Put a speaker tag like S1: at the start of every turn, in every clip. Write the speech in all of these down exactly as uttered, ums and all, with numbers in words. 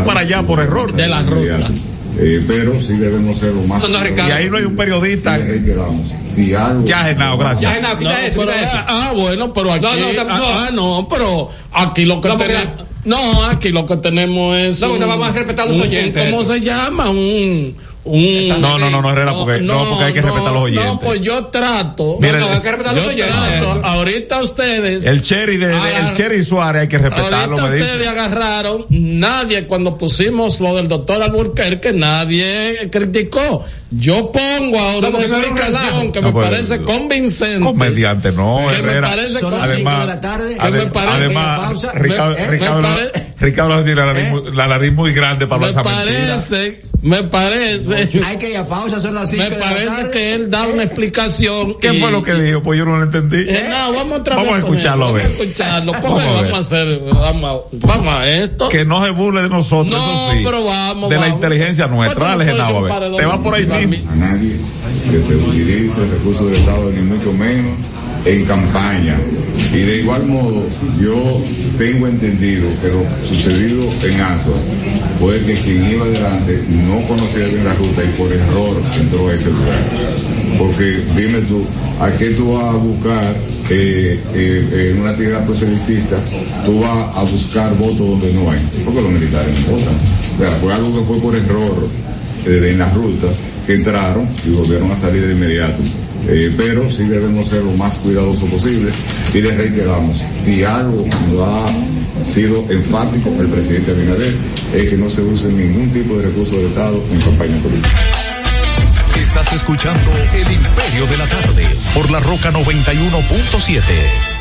S1: para allá por error
S2: de la ruta.
S3: Eh, pero sí debemos ser lo más.
S1: No, no, y ahí no hay un periodista.
S3: Si algo.
S1: Ya, Genao, gracias.
S2: Ya, Genao, quita no, eso, quita eso. Ah, bueno, pero aquí. No, no, no, ah, no, pero aquí lo que no, tenemos. No, aquí lo que tenemos es.
S1: No, porque vamos a respetar a los un, oyentes.
S2: ¿Cómo se llama? Un. Un,
S1: no, no, no, no, Herrera, porque, no, no, porque hay que no, respetar a los oyentes.
S2: No, pues yo trato.
S1: Mira,
S2: no,
S1: no,
S2: hay que respetar a los oyentes. Trato, ahorita ustedes.
S1: El Cherry de, agar, el Cherry Suárez hay que respetarlo.
S2: Ahorita
S1: me
S2: ustedes
S1: dice.
S2: agarraron, nadie, cuando pusimos lo del doctor Alburquerque, nadie criticó. Yo pongo ahora no, una explicación que no, me pues, parece convincente.
S1: Comediante, no,
S2: que
S1: Herrera.
S2: me parece
S4: Son las cinco de la tarde.
S2: Que me parece.
S1: Además, Ricardo, eh, Ricardo, pare, Ricardo tiene la, eh, la nariz muy grande para
S2: me parece, me parece.
S4: Hay que ir a pausa, son las cinco
S2: Me parece que él da una explicación.
S1: ¿Qué y, fue lo que dijo? Pues yo no lo entendí.
S2: Eh, no, vamos otra
S1: vamos
S2: vez
S1: a escucharlo a ver.
S2: Vamos a escucharlo. Vamos, a, vamos a hacer, vamos, vamos a esto.
S1: Que no se burle de nosotros,
S2: no,
S1: eso sí.
S2: Pero vamos,
S1: de
S2: vamos.
S1: la inteligencia nuestra. Dale, Genao, a ver. Te va por ahí mismo.
S3: A nadie que se utilice recursos del Estado, ni mucho menos en campaña. Y de igual modo, yo tengo entendido que lo sucedido en Azua fue que quien iba adelante no conocía bien la ruta y por error entró a ese lugar. Porque dime tú, ¿a qué tú vas a buscar eh, eh, en una actividad proselitista? Tú vas a buscar votos donde no hay, porque los militares no votan. O sea, fue algo que fue por error eh, en la ruta, que entraron y volvieron a salir de inmediato. Eh, pero sí debemos ser lo más cuidadosos posible y les reiteramos, si algo no ha sido enfático el presidente Abinader, es que no se use ningún tipo de recurso del Estado en campaña política.
S5: Estás escuchando El Imperio de la Tarde por La Roca noventa y uno punto siete.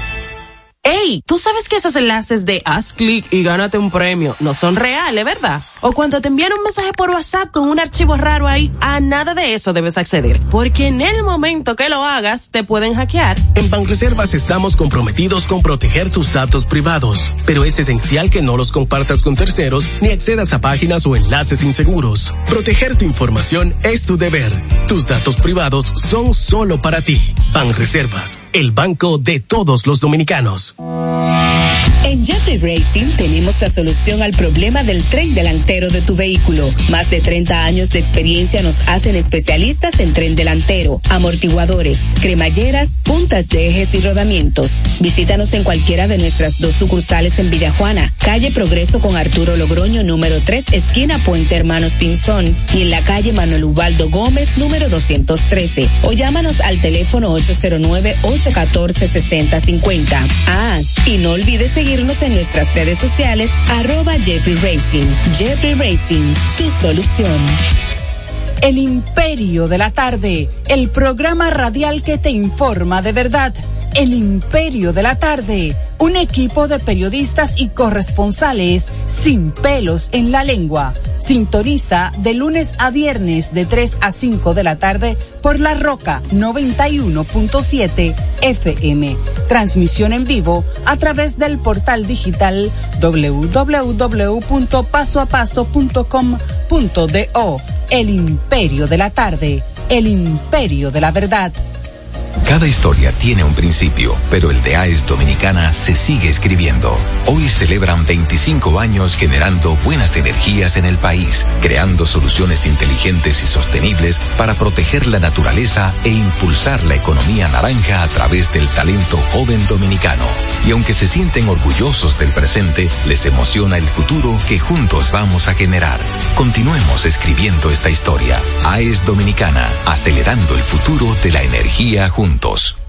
S6: Ey, ¿tú sabes que esos enlaces de haz clic y gánate un premio no son reales, verdad? O cuando te envían un mensaje por WhatsApp con un archivo raro ahí, a nada de eso debes acceder, porque en el momento que lo hagas, te pueden hackear.
S7: En Banreservas estamos comprometidos con proteger tus datos privados, pero es esencial que no los compartas con terceros ni accedas a páginas o enlaces inseguros. Proteger tu información es tu deber. Tus datos privados son solo para ti. Banreservas, el banco de todos los dominicanos.
S8: En Jeffrey Racing tenemos la solución al problema del tren delantero de tu vehículo. Más de treinta años de experiencia nos hacen especialistas en tren delantero, amortiguadores, cremalleras, puntas de ejes y rodamientos. Visítanos en cualquiera de nuestras dos sucursales en Villajuana, calle Progreso con Arturo Logroño número tres, esquina Puente Hermanos Pinzón, y en la calle Manuel Ubaldo Gómez número doscientos trece. O llámanos al teléfono ocho cero nueve, ocho uno cuatro, seis cero cinco cero. Ah, y no olvides seguirnos en nuestras redes sociales, arroba Jeffrey Racing. Jeffrey Racing, tu solución.
S9: El Imperio de la Tarde, el programa radial que te informa de verdad. El Imperio de la Tarde, un equipo de periodistas y corresponsales sin pelos en la lengua. Sintoniza de lunes a viernes de tres a cinco de la tarde por La Roca noventa y uno punto siete F M. Transmisión en vivo a través del portal digital doble u doble u doble u punto paso a paso punto com punto do. El Imperio de la Tarde, el Imperio de la Verdad.
S5: Cada historia tiene un principio, pero el de A E S Dominicana se sigue escribiendo. Hoy celebran veinticinco años generando buenas energías en el país, creando soluciones inteligentes y sostenibles para proteger la naturaleza e impulsar la economía naranja a través del talento joven dominicano. Y aunque se sienten orgullosos del presente, les emociona el futuro que juntos vamos a generar. Continuemos escribiendo esta historia. A E S Dominicana, acelerando el futuro de la energía juntos.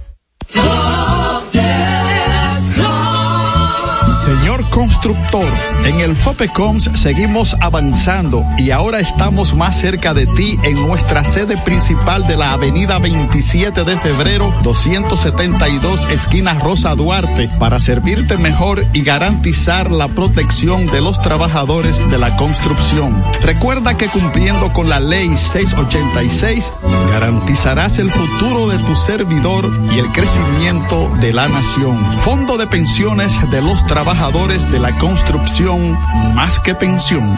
S10: Señor constructor, en el FOPECOMS seguimos avanzando y ahora estamos más cerca de ti en nuestra sede principal de la avenida veintisiete de febrero, doscientos setenta y dos, esquina Rosa Duarte, para servirte mejor y garantizar la protección de los trabajadores de la construcción. Recuerda que cumpliendo con la ley seiscientos ochenta y seis, garantizarás el futuro de tu servidor y el crecimiento de la nación. Fondo de pensiones de los trabajadores de la construcción, más que pensión.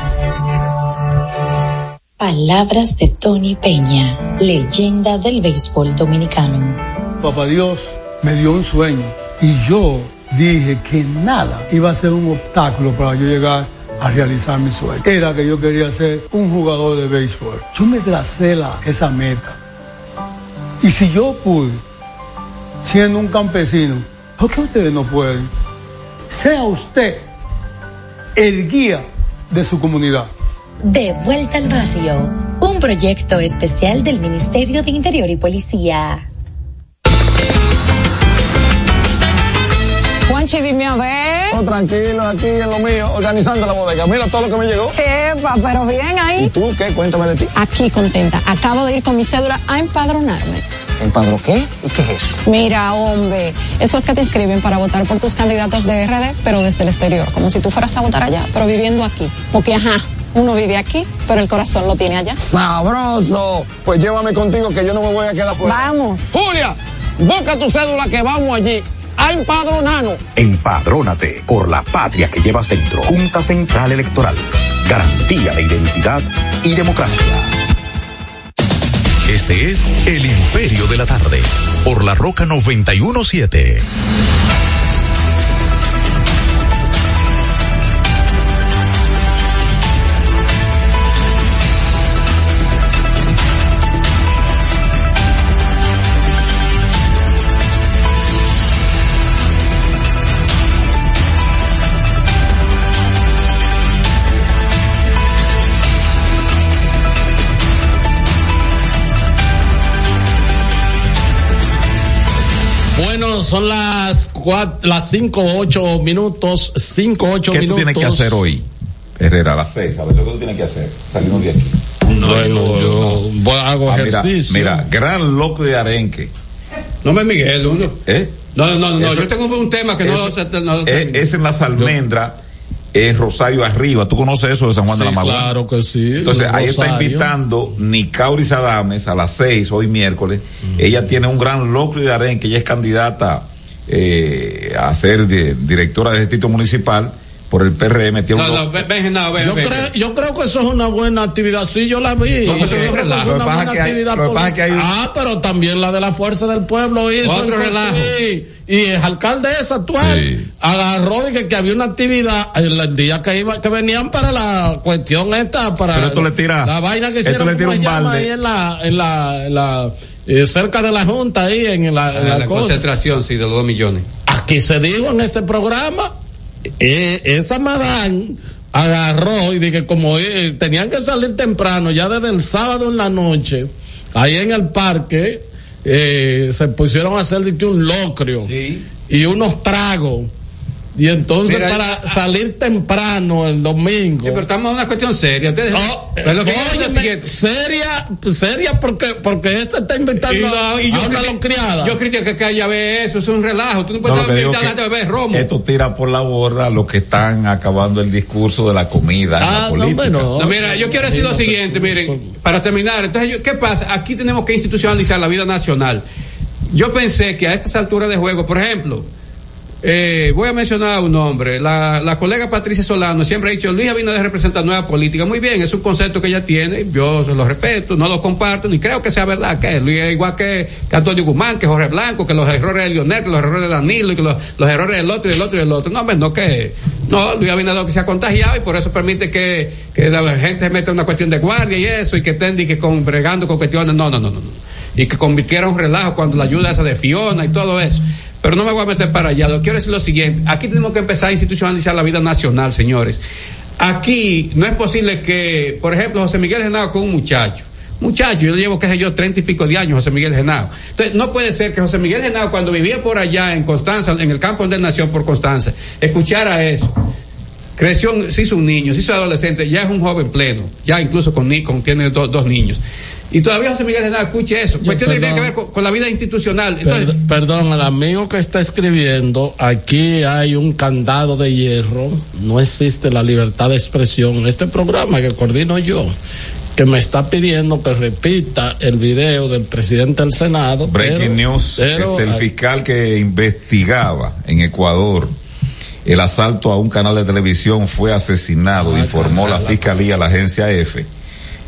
S11: Palabras de Tony Peña, leyenda del béisbol dominicano.
S12: Papá Dios me dio un sueño y yo dije que nada iba a ser un obstáculo para yo llegar a realizar mi sueño. Era que yo quería ser un jugador de béisbol. Yo me tracé la, esa meta. Y si yo pude, siendo un campesino, ¿por qué ustedes no pueden? Sea usted el guía de su comunidad.
S11: De vuelta al barrio, un proyecto especial del Ministerio de Interior y Policía.
S13: Juanchi, dime a ver.
S14: Oh, tranquilo, aquí en lo mío, organizando la bodega. Mira todo lo que me llegó.
S13: Epa, pero bien ahí.
S14: ¿Y tú qué? Cuéntame de ti.
S13: Aquí contenta. Acabo de ir con mi cédula a empadronarme.
S14: ¿Empadrón qué? ¿Y qué es eso?
S13: Mira, hombre, eso es que te inscriben para votar por tus candidatos de R D, pero desde el exterior, como si tú fueras a votar allá, pero viviendo aquí. Porque, ajá, uno vive aquí, pero el corazón lo tiene allá.
S14: ¡Sabroso! Pues llévame contigo que yo no me voy a quedar fuera.
S13: Vamos.
S14: Julia, busca tu cédula que vamos allí a empadronarnos.
S5: Empadrónate por la patria que llevas dentro. Junta Central Electoral. Garantía de identidad y democracia. Este es El Imperio de la Tarde, por La Roca noventa y uno punto siete.
S2: Son las cuatro, las cinco, ocho minutos, cinco, ocho
S1: ¿Qué
S2: minutos.
S1: ¿Qué tú tienes que hacer hoy, Herrera, a las seis? A ver, lo que tú tienes que hacer, salimos de aquí.
S2: No, bueno, yo no. hago ah, ejercicio.
S1: Mira, mira, gran loco de arenque.
S15: No me Miguel, uno.
S1: ¿Eh?
S15: No, no, no,
S1: Eso,
S15: yo tengo un tema que no,
S1: es,
S15: no, no
S1: es, es en las almendras. En Rosario Arriba, ¿tú conoces eso de San Juan
S2: sí,
S1: de la Maguana?
S2: Claro que sí.
S1: Entonces ahí
S2: Rosario.
S1: está invitando Nicauri Sadames a las seis, hoy miércoles. Mm. Ella tiene un gran locro de arenque, ella es candidata eh, a ser de, directora del distrito municipal por el P R M. Tiene
S15: no,
S1: un
S15: no, ven, ven, no, ven,
S2: yo,
S15: ven,
S2: creo,
S15: ven.
S2: yo creo que eso es una buena actividad. Sí, yo la vi.
S15: No, eso
S2: es
S15: un relajo.
S2: una buena actividad.
S1: Hay, hay...
S2: Ah, pero también la de la Fuerza del Pueblo hizo.
S15: Otro relajo.
S2: Sí. Y el alcalde esa actual sí. agarró de que, que había una actividad el, el día que iba que venían para la cuestión esta para
S1: pero esto le tira,
S2: la vaina que hicieron
S1: le tira un balde.
S2: Ahí en la en la, en la eh, cerca de la junta ahí en la, en
S15: la,
S2: la,
S15: la concentración sí de los dos millones.
S2: Aquí se dijo en este programa eh, esa madame agarró y dije como eh, tenían que salir temprano ya desde el sábado en la noche ahí en el parque. Eh, se pusieron a hacer de que un locrio sí. y unos tragos y entonces Mira, para ya, salir temprano el domingo
S15: sí, pero estamos en una cuestión seria. Ustedes,
S2: no,
S15: pero lo que
S2: óyeme, es seria seria porque porque este está inventando y no, y yo a una locriada.
S15: Yo critico que, que haya ve eso, es un relajo. Tú no puedes
S1: no,
S15: invitar a beber romo.
S1: Esto tira por la borda los que están acabando el discurso de la comida
S2: ah,
S1: en la política.
S2: No, no,
S15: no, mira, yo quiero decir lo siguiente, miren, para terminar, entonces yo, ¿qué pasa? Aquí tenemos que institucionalizar la vida nacional. Yo pensé que a estas alturas de juego, por ejemplo, Eh, voy a mencionar un nombre, la, la colega Patricia Solano siempre ha dicho, Luis Abinader representa nueva política. Muy bien, es un concepto que ella tiene, yo se lo respeto, no lo comparto, ni creo que sea verdad, que Luis es igual que, que Antonio Guzmán, que Jorge Blanco, que los errores de Lionel, que los errores de Danilo, y que los, los errores del otro y del otro y del otro. No, hombre, no que, no, Luis Abinader que se ha contagiado y por eso permite que, que la gente se meta en una cuestión de guardia y eso, y que estén y que con, bregando con cuestiones, no, no, no, no, no. Y que convirtiera un relajo cuando la ayuda esa de Fiona y todo eso. Pero no me voy a meter para allá. Lo quiero decir lo siguiente. Aquí tenemos que empezar a institucionalizar la vida nacional, señores. Aquí no es posible que, por ejemplo, José Miguel Genao con un muchacho. Muchacho, yo le llevo, qué sé yo, treinta y pico de años, José Miguel Genao. Entonces, no puede ser que José Miguel Genao, cuando vivía por allá en Constanza, en el campo donde nació por Constanza, escuchara eso. Creció, se hizo un niño, se hizo adolescente, ya es un joven pleno. Ya incluso con, con tiene do, dos niños. Y todavía José Miguel Genao escuche eso. Cuestión que tiene que ver con, con la vida institucional. Entonces,
S2: perdón, perdón, el amigo que está escribiendo, aquí hay un candado de hierro, no existe la libertad de expresión en este programa que coordino yo, que me está pidiendo que repita el video del presidente del Senado.
S1: Breaking pero, news, pero, este, el fiscal que investigaba en Ecuador el asalto a un canal de televisión fue asesinado, ah, informó la fiscalía, la agencia F.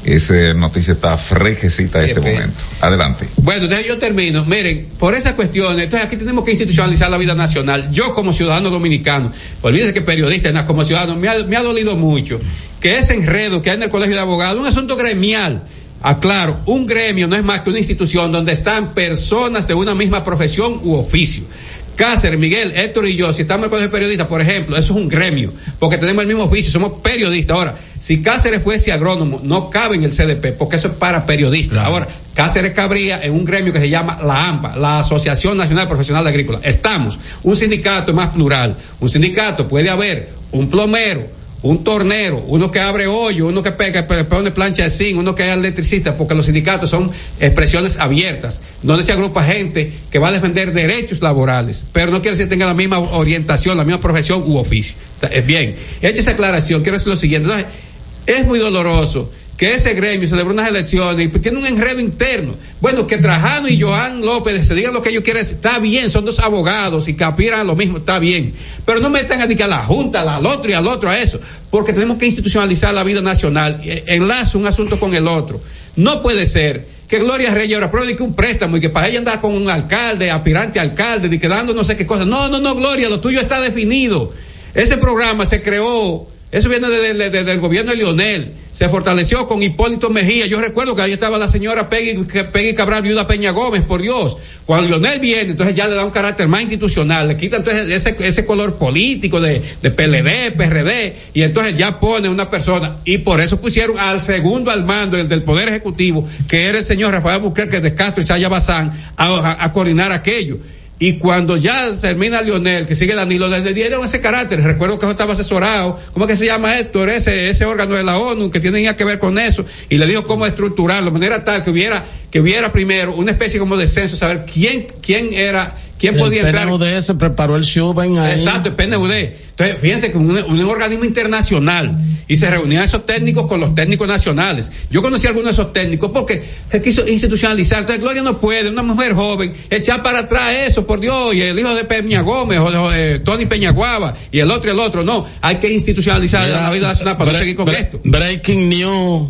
S1: esa noticia está fresquecita en este
S15: Bien.
S1: momento. Adelante.
S15: Bueno, entonces yo termino. Miren, por esas cuestiones, entonces aquí tenemos que institucionalizar la vida nacional. Yo como ciudadano dominicano, olvídense que periodista, no, como ciudadano, me ha, me ha dolido mucho que ese enredo que hay en el Colegio de Abogados, un asunto gremial. Aclaro, un gremio no es más que una institución donde están personas de una misma profesión u oficio. Cáceres, Miguel, Héctor y yo, si estamos en el colegio de periodistas, por ejemplo, eso es un gremio, porque tenemos el mismo oficio, somos periodistas. Ahora, si Cáceres fuese agrónomo, no cabe en el C D P, porque eso es para periodistas. Claro. Ahora, Cáceres cabría en un gremio que se llama la AMPA, la Asociación Nacional Profesional Agrícola. Estamos, un sindicato es más plural, un sindicato puede haber un plomero, un tornero, uno que abre hoyo, uno que pega, que pone plancha de zinc, uno que es electricista, porque los sindicatos son expresiones abiertas, donde se agrupa gente que va a defender derechos laborales, pero no quiere decir que tenga la misma orientación, la misma profesión u oficio. Bien, hecha esa aclaración, quiero decir lo siguiente. Entonces, es muy doloroso que ese gremio celebró unas elecciones y tiene un enredo interno. Bueno, que Trajano y Joan López se digan lo que ellos quieren, está bien, son dos abogados y que aspiran a lo mismo, está bien. Pero no metan a, a la Junta, al otro y al otro a eso, porque tenemos que institucionalizar la vida nacional. Enlazo un asunto con el otro. No puede ser que Gloria Reyes ahora pruebe que un préstamo y que para ella andar con un alcalde, aspirante a alcalde, y quedando no sé qué cosa. No, no, no, Gloria, lo tuyo está definido. Ese programa se creó, eso viene de, de, de, del gobierno de Lionel, se fortaleció con Hipólito Mejía. Yo recuerdo que ahí estaba la señora Peggy, Peggy Cabral, viuda Peña Gómez, por Dios. Cuando Lionel viene, entonces ya le da un carácter más institucional, le quita entonces ese, ese color político de, de P L D, P R D, y entonces ya pone una persona, y por eso pusieron al segundo al mando, el del Poder Ejecutivo, que era el señor Rafael Buquerque de Castro y Saya Bazán, a, a, a coordinar aquello. Y cuando ya termina Lionel, que sigue Danilo, le dieron ese carácter. Recuerdo que eso estaba asesorado, ¿cómo es que se llama Héctor? Ese, ese órgano de la ONU que tenía que ver con eso, y le dijo cómo estructurarlo, de manera tal que hubiera, que hubiera primero una especie como de censo, saber quién, quién era, quién podía entrar.
S2: El P N U D se preparó el Schuben ahí.
S15: Exacto, el P N U D. Entonces, fíjense que un, un organismo internacional, y se reunían esos técnicos con los técnicos nacionales. Yo conocí a algunos de esos técnicos porque se quiso institucionalizar. Entonces, Gloria no puede, una mujer joven, echar para atrás eso, por Dios, y el hijo de Peña Gómez, o de Tony Peñaguaba, y el otro y el otro. No, hay que institucionalizar Mira, la vida nacional para break, no seguir con
S2: break,
S15: esto.
S2: Breaking news,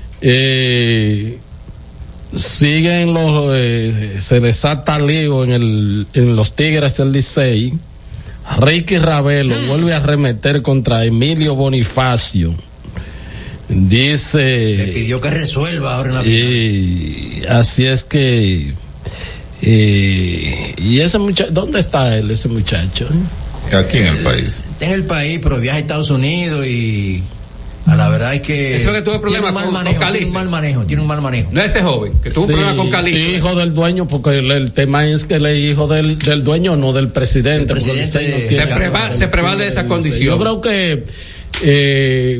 S2: eh, siguen los, eh, se desata lío en el, en los Tigres del Licey. Ricky Ravelo mm. vuelve a arremeter contra Emilio Bonifacio. Dice.
S4: Le pidió que resuelva ahora en la
S2: y final. Así es que. Eh, y ese muchacho, ¿dónde está él, ese muchacho?
S1: Aquí en el país.
S4: Está en el país, pero viaja a Estados Unidos y. A la verdad es que.
S15: Eso que tuvo problemas con,
S4: manejo,
S15: con Calixto.
S4: Tiene un mal manejo, tiene un mal manejo.
S15: No es ese joven, que tuvo
S2: sí,
S15: un problema con Calixto.
S2: Hijo del dueño, porque el, el tema es que él es hijo del, del dueño, no del presidente.
S4: El presidente
S2: no
S15: se, preva, se prevale de esa condición.
S2: Yo creo que, eh,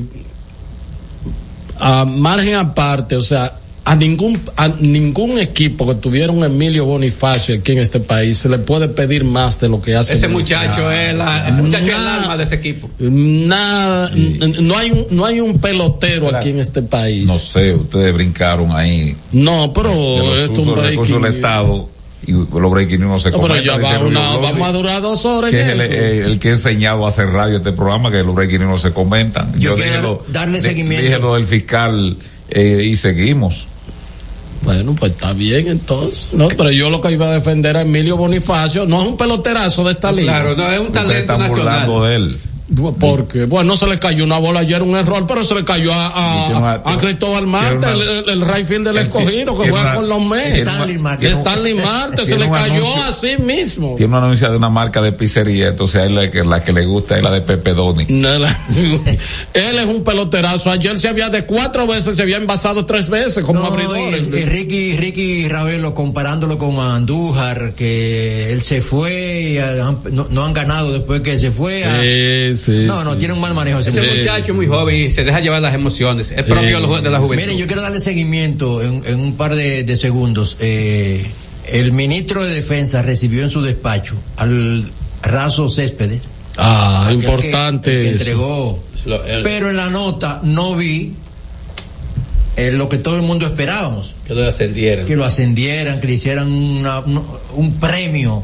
S2: a margen aparte, o sea, a ningún a ningún equipo que tuviera un Emilio Bonifacio aquí en este país se le puede pedir más de lo que hace
S15: ese muchacho es la, ese muchacho nada, es el alma de ese equipo.
S2: Nada, sí. no hay un, no hay un pelotero claro. aquí en este país.
S1: No sé, ustedes brincaron ahí.
S2: No, pero
S1: es un breaking del Estado y los breaking no se
S2: no, pero ya va una, vamos a durar dos horas
S1: que
S2: en
S1: es
S2: eso.
S1: El, el, el que he enseñado a hacer radio este programa, que los breaking no se comentan.
S4: Yo, Yo
S1: quiero
S4: lo, darle
S1: de,
S4: seguimiento.
S1: Dije lo del fiscal eh, y seguimos.
S2: Bueno, pues está bien entonces, ¿no? Pero yo lo que iba a defender a Emilio Bonifacio, no es un peloterazo de esta liga.
S15: Claro, no, es un talento
S1: están
S15: nacional.
S1: burlando de él.
S2: Porque, bueno, se le cayó una bola ayer, un error, pero se le cayó a, a, a, a Cristóbal Marte, una, el, el right field del escogido, que juega con los Mets.
S4: Stanley Marte.
S2: Stanley Marte, se le cayó a sí mismo.
S1: Tiene una anuncia de una marca de pizzería, entonces a él la que, la que le gusta es la de Pepe Doni.
S2: No, la, él es un peloterazo. Ayer se había, de cuatro veces, se había envasado tres veces como
S4: no,
S2: abridor.
S4: Y, y Ricky, Ricky Ravelo comparándolo con Andújar, que él se fue, y han, no, no han ganado después que se fue. A,
S2: sí, sí,
S4: no, no,
S2: sí,
S4: tiene un mal manejo.
S15: Ese
S4: sí,
S15: muchacho es muy joven y se deja llevar las emociones. Es propio sí, de la juventud.
S4: Miren, yo quiero darle seguimiento en, en un par de, de segundos. Eh, el ministro de Defensa recibió en su despacho al Razo Céspedes.
S2: Ah, importante.
S4: Que, que entregó.
S2: Lo, el,
S4: pero en la nota no vi eh, lo que todo el mundo esperábamos.
S15: Que lo ascendieran.
S4: Que lo ascendieran, que le hicieran una, un, un premio.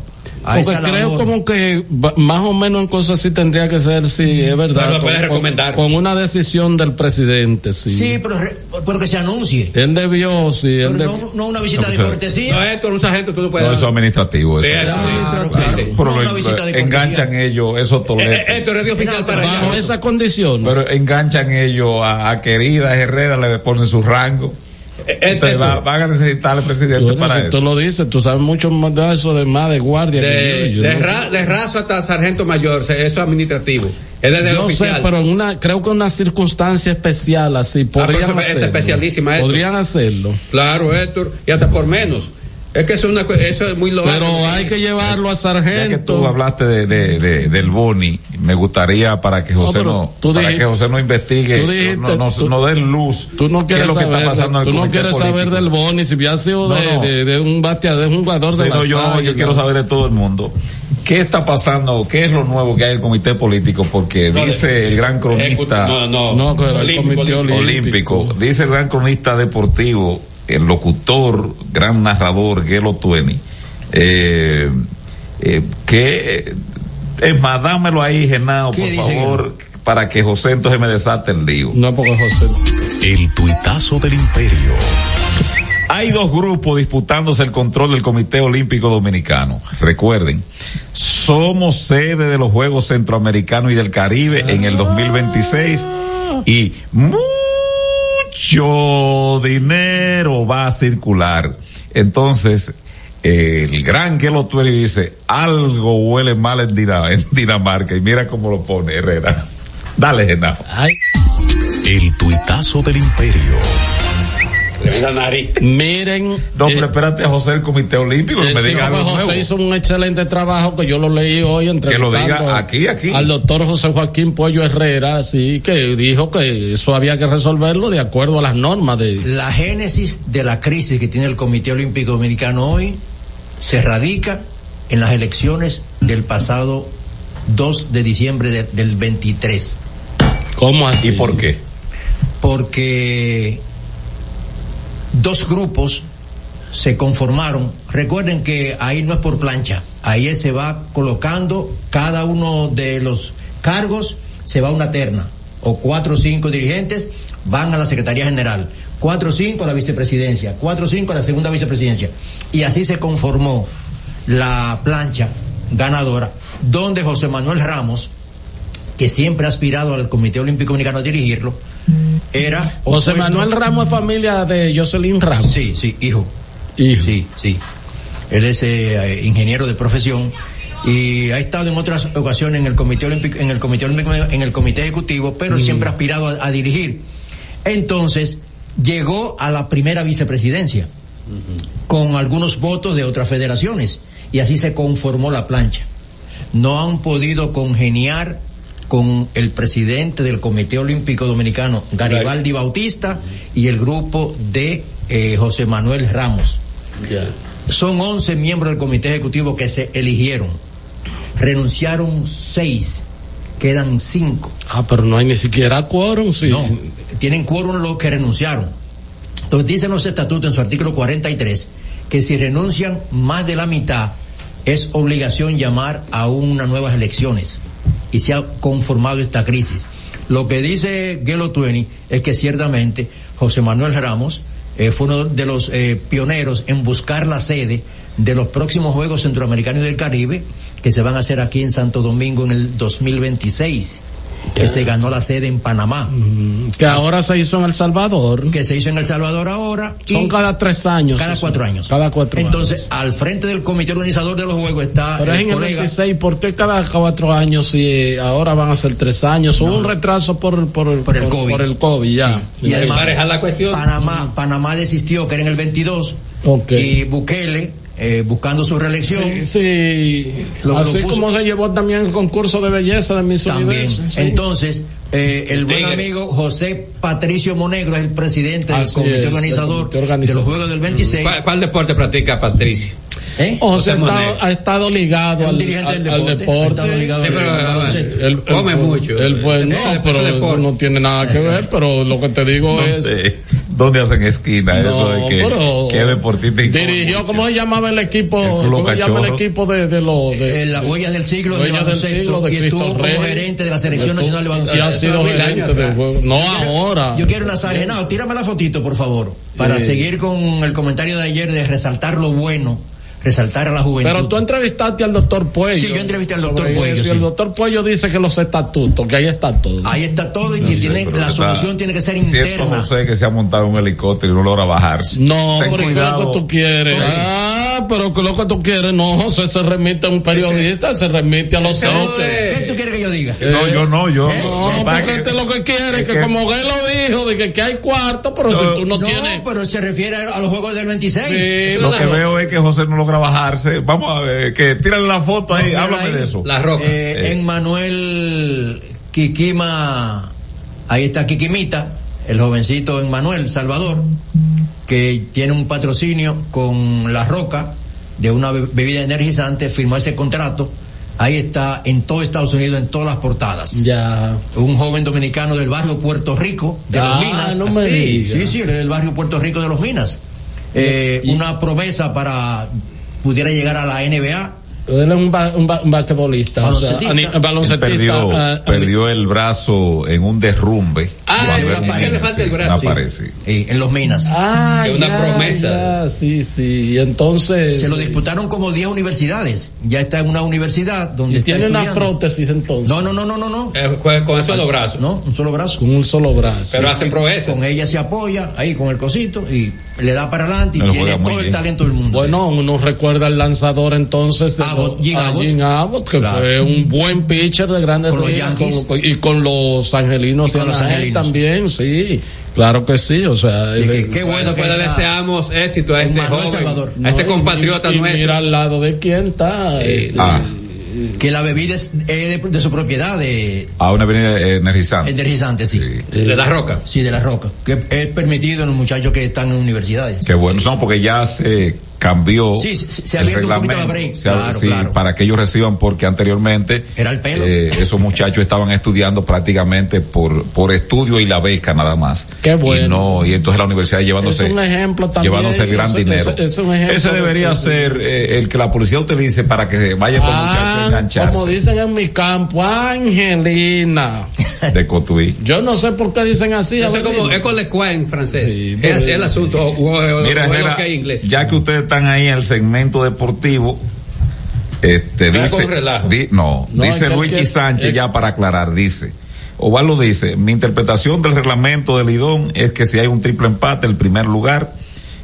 S2: Porque creo como que más o menos en cosas así tendría que ser, sí, es verdad.
S15: Pero lo puedes recomendar.
S2: Con una decisión del presidente, sí.
S4: Sí, pero, pero que se anuncie.
S2: Él debió, sí. Él
S4: pero
S2: debió.
S4: No, no una visita
S1: no,
S4: de
S1: pues,
S4: cortesía.
S15: No, esto, un sargento, tú no puedes.
S1: No, eso es administrativo. Eso.
S15: Sí,
S1: Claro,
S15: claro,
S1: claro.
S15: sí.
S1: Pero
S4: No,
S1: lo,
S4: una visita de
S1: enganchan ellos, esos toletes.
S15: Eh, esto es de oficial para
S2: Bajo
S15: allá.
S2: esas condiciones.
S1: Pero enganchan ellos a, a querida Herrera, le ponen su rango. Entonces, va, van a necesitar al presidente
S2: tú,
S1: para
S2: si
S1: eso.
S2: Tú lo dices, tú sabes mucho más de eso de más de guardia.
S15: De,
S2: que yo, yo
S15: de,
S2: no
S15: ra, de raso hasta sargento mayor, eso es administrativo. Es desde
S2: yo
S15: oficial.
S2: sé, pero en una, creo que en una circunstancia especial así, podrían
S15: ah, pues,
S2: hacerlo.
S15: Es especialísima esto.
S2: Podrían hacerlo.
S15: Claro, Héctor, y hasta por menos. Es que eso es, una, eso es muy loable.
S2: Pero hay que llevarlo a sargento.
S1: Ya que tú hablaste de, de, de, del Boni, me gustaría para que José no, no para dijiste, que José no investigue,
S2: tú dijiste,
S1: no, no,
S2: tú,
S1: no dé luz.
S2: Tú no quieres
S1: qué es lo
S2: saber,
S1: que está pasando
S2: de,
S1: en el
S2: tú no quieres
S1: político.
S2: saber del Boni, si hubiera sido
S1: no,
S2: de,
S1: no.
S2: De, de un bateador, de un jugador
S1: sí,
S2: de la
S1: no, yo,
S2: Saga,
S1: yo quiero saber de todo el mundo. ¿Qué está pasando? ¿Qué es lo nuevo que hay en el comité político? Porque no, dice el gran cronista
S15: no, no,
S2: no, no el
S15: olímpico,
S2: comité olímpico.
S1: olímpico, dice el gran cronista deportivo, el locutor, gran narrador, Gelo Tueni, eh, eh, que es más, dámelo ahí, Genao, por favor, que? Para que José entonces me desate el lío.
S2: No, porque José.
S5: El tuitazo del imperio.
S1: Hay dos grupos disputándose el control del Comité Olímpico Dominicano. Recuerden, somos sede de los Juegos Centroamericanos y del Caribe en el dos mil veintiséis y mucho dinero va a circular. Entonces, eh, el gran Gelo Tueni dice, algo huele mal en, Dina, en Dinamarca, y mira cómo lo pone Herrera. Dale, Genao.
S5: El tuitazo del imperio.
S2: Miren.
S1: No, pero espérate a José del Comité Olímpico, que me diga algo
S2: José
S1: nuevo.
S2: hizo un excelente trabajo que yo lo leí hoy entre
S1: que lo diga aquí, aquí.
S2: Al doctor José Joaquín Pollo Herrera, sí, que dijo que eso había que resolverlo de acuerdo a las normas de.
S4: La génesis de la crisis que tiene el Comité Olímpico Dominicano hoy se radica en las elecciones del pasado dos de diciembre de, del veintitrés.
S2: ¿Cómo así?
S1: ¿Y por qué?
S4: Porque dos grupos se conformaron. Recuerden que ahí no es por plancha, ahí se va colocando cada uno de los cargos, se va a una terna, o cuatro o cinco dirigentes van a la Secretaría General, cuatro o cinco a la vicepresidencia, cuatro o cinco a la segunda vicepresidencia, y así se conformó la plancha ganadora, donde José Manuel Ramos, que siempre ha aspirado al Comité Olímpico Dominicano a dirigirlo, era
S2: José
S4: opuesto.
S2: Manuel Ramos es familia de Jocelyn Ramos.
S4: Sí, sí, hijo.
S2: Hijo.
S4: Sí, sí. Él es eh, ingeniero de profesión y ha estado en otras ocasiones en el Comité Olímpico, en el Comité Olímpico, en el Comité Ejecutivo, pero mm. siempre ha aspirado a, a dirigir. Entonces, llegó a la primera vicepresidencia uh-huh. con algunos votos de otras federaciones y así se conformó la plancha. No han podido congeniar con el presidente del Comité Olímpico Dominicano, Garibaldi Bautista, y el grupo de eh, José Manuel Ramos. Yeah. Son once miembros del Comité Ejecutivo que se eligieron. Renunciaron seis, quedan cinco.
S2: Ah, pero no hay ni siquiera quórum, sí.
S4: No, tienen quórum los que renunciaron. Entonces dicen los estatutos en su artículo cuarenta y tres que si renuncian más de la mitad, es obligación llamar a unas nuevas elecciones. Y se ha conformado esta crisis. Lo que dice Gelo Tueni es que ciertamente José Manuel Ramos eh, fue uno de los eh, pioneros en buscar la sede de los próximos Juegos Centroamericanos y del Caribe, que se van a hacer aquí en Santo Domingo en el dos mil veintiséis. Que se ganó la sede en Panamá.
S2: Mm, que Así, ahora se hizo en El Salvador.
S4: Que se hizo en El Salvador ahora.
S2: Son cada tres años.
S4: Cada cuatro años.
S2: Cada cuatro
S4: Entonces,
S2: años.
S4: al frente del comité organizador de los Juegos está
S2: Pero
S4: el
S2: es en
S4: colega.
S2: el veintiséis, ¿por qué cada cuatro años si ahora van a ser tres años? Hubo no. un retraso por, por,
S4: por, el, por, COVID.
S2: por el COVID, ya.
S4: Sí. Y además,
S15: la cuestión.
S4: Panamá, Panamá desistió, que era en el veintidós.
S2: Okay.
S4: Y Bukele, Eh, buscando su reelección.
S2: Sí, sí. Lo, así lo puso, como se llevó también el concurso de belleza de Miss
S4: también.
S2: Universo. Sí.
S4: Entonces, eh, el buen amigo José Patricio Monegro es el presidente del comité, es, organizador comité organizador de los Juegos del veintiséis.
S15: ¿Cuál, cuál deporte practica Patricio?
S4: ¿Eh?
S2: O sea, ha estado ligado al, al, al deporte.
S4: Sí,
S2: pero,
S15: él come
S2: él,
S15: mucho.
S2: Él fue, no, pero eso no tiene nada que ver, pero lo que te digo es,
S1: ¿Dónde hacen esquina?
S2: No,
S1: eso de que,
S2: pero
S1: que deportista
S2: dirigió, ¿cómo se llamaba el equipo?
S1: El
S2: ¿Cómo se llama el
S1: Cachorros.
S2: equipo de, de los de,
S4: Eh, la huella del siglo de
S2: Huellas del siglo de
S4: y
S2: Cristo
S4: estuvo como
S2: Rey.
S4: gerente de la selección
S2: Estuvo-
S4: nacional de
S2: y
S4: baloncesto.
S2: ha sido
S4: Mil
S2: gerente
S4: años
S2: del
S4: atrás.
S2: juego. No
S4: Yo quiero-
S2: ahora.
S4: Yo quiero una Genao, tírame la fotito, por favor, para
S2: Sí.
S4: seguir con el comentario de ayer de resaltar lo bueno, resaltar a la juventud.
S2: Pero tú entrevistaste al doctor Puello.
S4: Sí, yo entrevisté al
S2: sobre
S4: doctor Puello,
S2: eso, y
S4: sí.
S2: el doctor Puello dice que los estatutos, que ahí está todo.
S4: Ahí está todo y
S1: No
S4: que
S1: sé,
S4: tiene,
S1: pero
S4: la
S1: está-
S4: solución tiene que ser
S1: Siento,
S4: interna.
S1: José, que se ha montado un helicóptero y no logra bajarse.
S2: No,
S1: Ten
S2: pero ¿qué es lo
S1: cuidado.
S2: que tú quieres?
S1: Oye.
S2: Ah, pero ¿qué es lo que tú quieres? No, José se remite a un periodista, se remite a los hechos.
S4: ¿Qué tú quieres que yo diga?
S1: No, yo no, yo.
S2: No,
S1: Va,
S2: porque
S1: que-
S2: este es lo que quiere,
S1: es
S2: que,
S1: que-
S2: como él lo dijo, de que, que hay cuarto, pero si tú no,
S4: No,
S2: tienes...
S4: pero se refiere a los juegos del veintiséis.
S2: Sí,
S1: Lo que veo es que José no logra bajarse. Vamos a ver, que tírale la foto ahí,
S4: No,
S1: háblame
S4: ahí,
S1: de eso.
S15: La Roca.
S4: Eh,
S1: Eh.
S4: En Manuel Kikima, ahí está Kikimita, el jovencito en Manuel Salvador, que tiene un patrocinio con La Roca de una be- bebida energizante, firmó ese contrato. Ahí está en todo Estados Unidos, en todas las portadas.
S2: Ya.
S4: Un joven dominicano del barrio Puerto Rico, de
S2: Ah,
S4: los Minas.
S2: no me
S4: sí,
S2: digas.
S4: sí, sí, del barrio Puerto Rico de los Minas. Eh,
S2: Y-
S4: una promesa para pudiera llegar a la N B A.
S2: Él es un, ba- un, ba- un basquetbolista, o sea,
S4: Baloncetista.
S2: ani-
S1: Él
S2: baloncetista.
S1: perdió,
S2: ah, ah,
S1: perdió el brazo en un derrumbe.
S15: Ah,
S1: Cuando
S15: es
S1: era
S15: verdad,
S1: niño,
S15: que le falta el
S1: sí,
S15: brazo.
S1: me aparece.
S4: eh, en los Minas.
S2: Ah,
S15: Es una
S2: ya,
S15: promesa.
S2: ya, sí, sí. Y entonces.
S4: Se lo disputaron como diez universidades. Ya está en una universidad donde
S2: Y
S4: está
S2: tiene una
S4: estudiando.
S2: prótesis entonces.
S4: No, no, no, no, no, no.
S15: Eh, con, con esos dos brazos.
S4: No, un solo brazo.
S2: Con un solo brazo.
S15: Pero hace proezas.
S4: Con ella se apoya ahí con el cosito y le da para adelante y
S1: Él
S4: tiene
S1: juega muy
S4: todo el
S1: bien.
S4: talento del mundo.
S2: Bueno, uno recuerda al lanzador entonces de
S4: Abbott,
S2: los-
S4: Jim
S2: a
S4: Abbott.
S2: Jim Abbott, que
S4: Claro.
S2: fue un buen pitcher de grandes
S4: Con los
S2: ligas,
S4: Yankees.
S2: con- con- y con los angelinos
S4: Y con
S2: de
S4: los
S2: Anaheim
S4: angelinos.
S2: también, sí. Claro que sí, o sea.
S4: Y
S2: él-
S4: que- qué bueno que
S15: Pues le
S4: está
S15: deseamos éxito a
S4: con
S15: este
S4: Manuel
S15: joven,
S4: Salvador.
S15: a este
S2: no,
S15: compatriota
S2: y- y
S15: nuestro.
S2: Mira al lado de quién está. este,
S1: Ah,
S4: que la bebida es eh, de, de su propiedad de
S1: a una avenida energizante.
S4: energizante, sí.
S1: Sí.
S15: De La Roca.
S4: Sí, de la roca. Que es permitido en los muchachos que están en universidades.
S1: Qué bueno, no, porque ya se cambió
S4: Sí, se- se ha
S1: el
S4: abierto un poquito la
S1: reglamento,
S4: break.
S1: se ha-
S4: Claro,
S1: sí,
S4: claro.
S1: para que ellos reciban, porque anteriormente
S4: Era el pelo.
S1: eh, esos muchachos estaban estudiando prácticamente por por estudio y la beca nada más.
S2: Qué bueno.
S1: Y no, y entonces la universidad llevándose
S2: Es un ejemplo también.
S1: llevándose el gran
S2: Ese-
S1: dinero.
S2: ese- es un ejemplo
S1: Ese
S2: de
S1: debería
S2: que-
S1: ser eh, el que la policía utilice para que vayan los muchachos a
S2: Ah,
S1: engancharse
S2: como dicen en mi campo, Angelina.
S1: de Cotuí.
S2: Yo no sé por qué dicen así.
S15: Eso es
S2: Avelino.
S15: como, es con le quoi en francés.
S2: Sí,
S15: es
S2: pero-
S15: así el asunto. O, o- o-
S1: Mira,
S15: o es
S1: Herrera,
S15: lo que hay en inglés.
S1: ya que ustedes están ahí en el segmento deportivo, este
S15: Ah,
S1: dice,
S15: con relajo.
S1: di- no,
S2: No,
S1: dice
S2: es que-
S1: Luigi
S2: que-
S1: Sánchez
S2: es-
S1: ya para aclarar, dice, Ovaldo dice, mi interpretación del reglamento del Lidón es que si hay un triple empate, el primer lugar,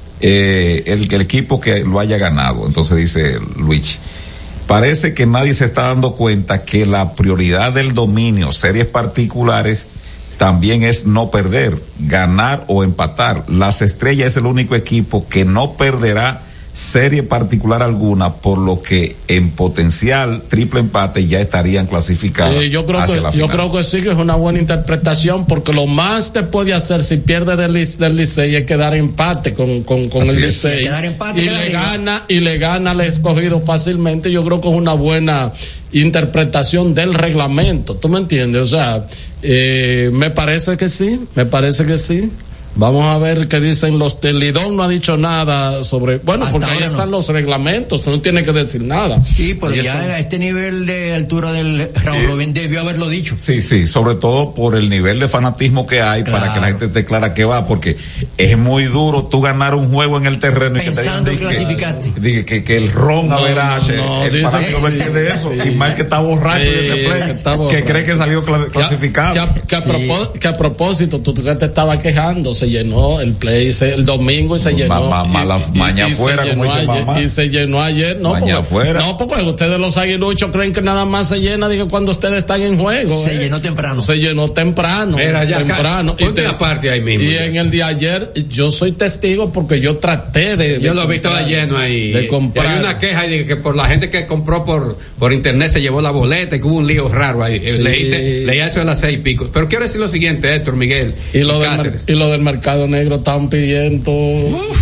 S1: eh, el, el equipo que lo haya ganado. Entonces dice Luigi, parece que nadie se está dando cuenta que la prioridad del dominio, series particulares, también es no perder, ganar o empatar. Las Estrellas es el único equipo que no perderá serie particular alguna, por lo que en potencial triple empate ya estarían clasificados.
S2: Eh, yo creo
S1: hacia
S2: que
S1: la
S2: yo
S1: final.
S2: creo que sí que es una buena interpretación, porque lo más te puede hacer si pierde del, Lic- del Licey es quedar empate con, con, con
S1: Así
S2: el
S1: es.
S2: Licey
S4: Quedar empate,
S2: y
S4: quedar
S2: le
S4: arriba.
S2: gana y le gana al escogido fácilmente. Yo creo que es una buena interpretación del reglamento, ¿tú me entiendes? O sea, eh, me parece que sí, me parece que sí. Vamos a ver qué dicen los del Lidón. No ha dicho nada sobre, bueno,
S4: Hasta
S2: porque ahí
S4: ahora
S2: están
S4: no.
S2: los reglamentos, tú no tienes que decir nada.
S4: Sí, pero
S2: Ahí
S4: ya
S2: están.
S4: a este nivel de altura del Raúl Robin debió haberlo dicho.
S1: Sí, sí, sobre todo por el nivel de fanatismo que hay,
S4: Claro.
S1: para que la gente esté clara que va, porque es muy duro tú ganar un juego en el terreno y que te
S4: Pensando
S1: digan
S4: en
S1: di que-
S4: clasificarte.
S1: di que, que, que el ron a
S2: No,
S1: veraje,
S2: no,
S1: el
S2: dice
S1: fanático
S2: que
S1: no
S2: sí,
S1: entiende eso,
S2: sí.
S1: y mal que está borracho
S2: Sí,
S1: de ese play,
S2: que está
S1: que
S2: borracho.
S1: cree que salió cla- clasificado.
S2: Que, a- que a
S4: Sí.
S2: propó- que a propósito, tú que te estabas quejando, se llenó el play se- el domingo y se llenó.
S1: Ma- ma- mala-
S2: y- y-
S1: maña
S2: y se
S1: afuera, como
S2: llenó
S1: dice
S2: ayer,
S1: mamá.
S2: y se llenó ayer. No,
S1: Maña
S2: porque,
S1: afuera.
S2: no, porque ustedes los aguiluchos creen que nada más se llena digo, cuando ustedes están en juego.
S4: Se
S2: eh.
S4: llenó temprano.
S2: Se llenó temprano.
S15: Mira, ya,
S2: temprano.
S15: ca- ponte aparte ahí mismo,
S2: y
S15: ya.
S2: en el de ayer, yo soy testigo porque yo traté de.
S15: Yo
S2: de
S15: lo vi todo
S2: comprar-
S15: lleno ahí.
S2: De
S15: Y
S2: comprar.
S15: hay una queja ahí de que por la gente que compró por por internet se llevó la boleta y que hubo un lío raro ahí.
S2: Sí.
S15: Leíste, leía eso a las seis y pico. Pero quiero decir lo siguiente, Héctor, Miguel
S2: Y lo, del, mer-
S15: Cáceres.
S2: y lo del mercado negro estaban pidiendo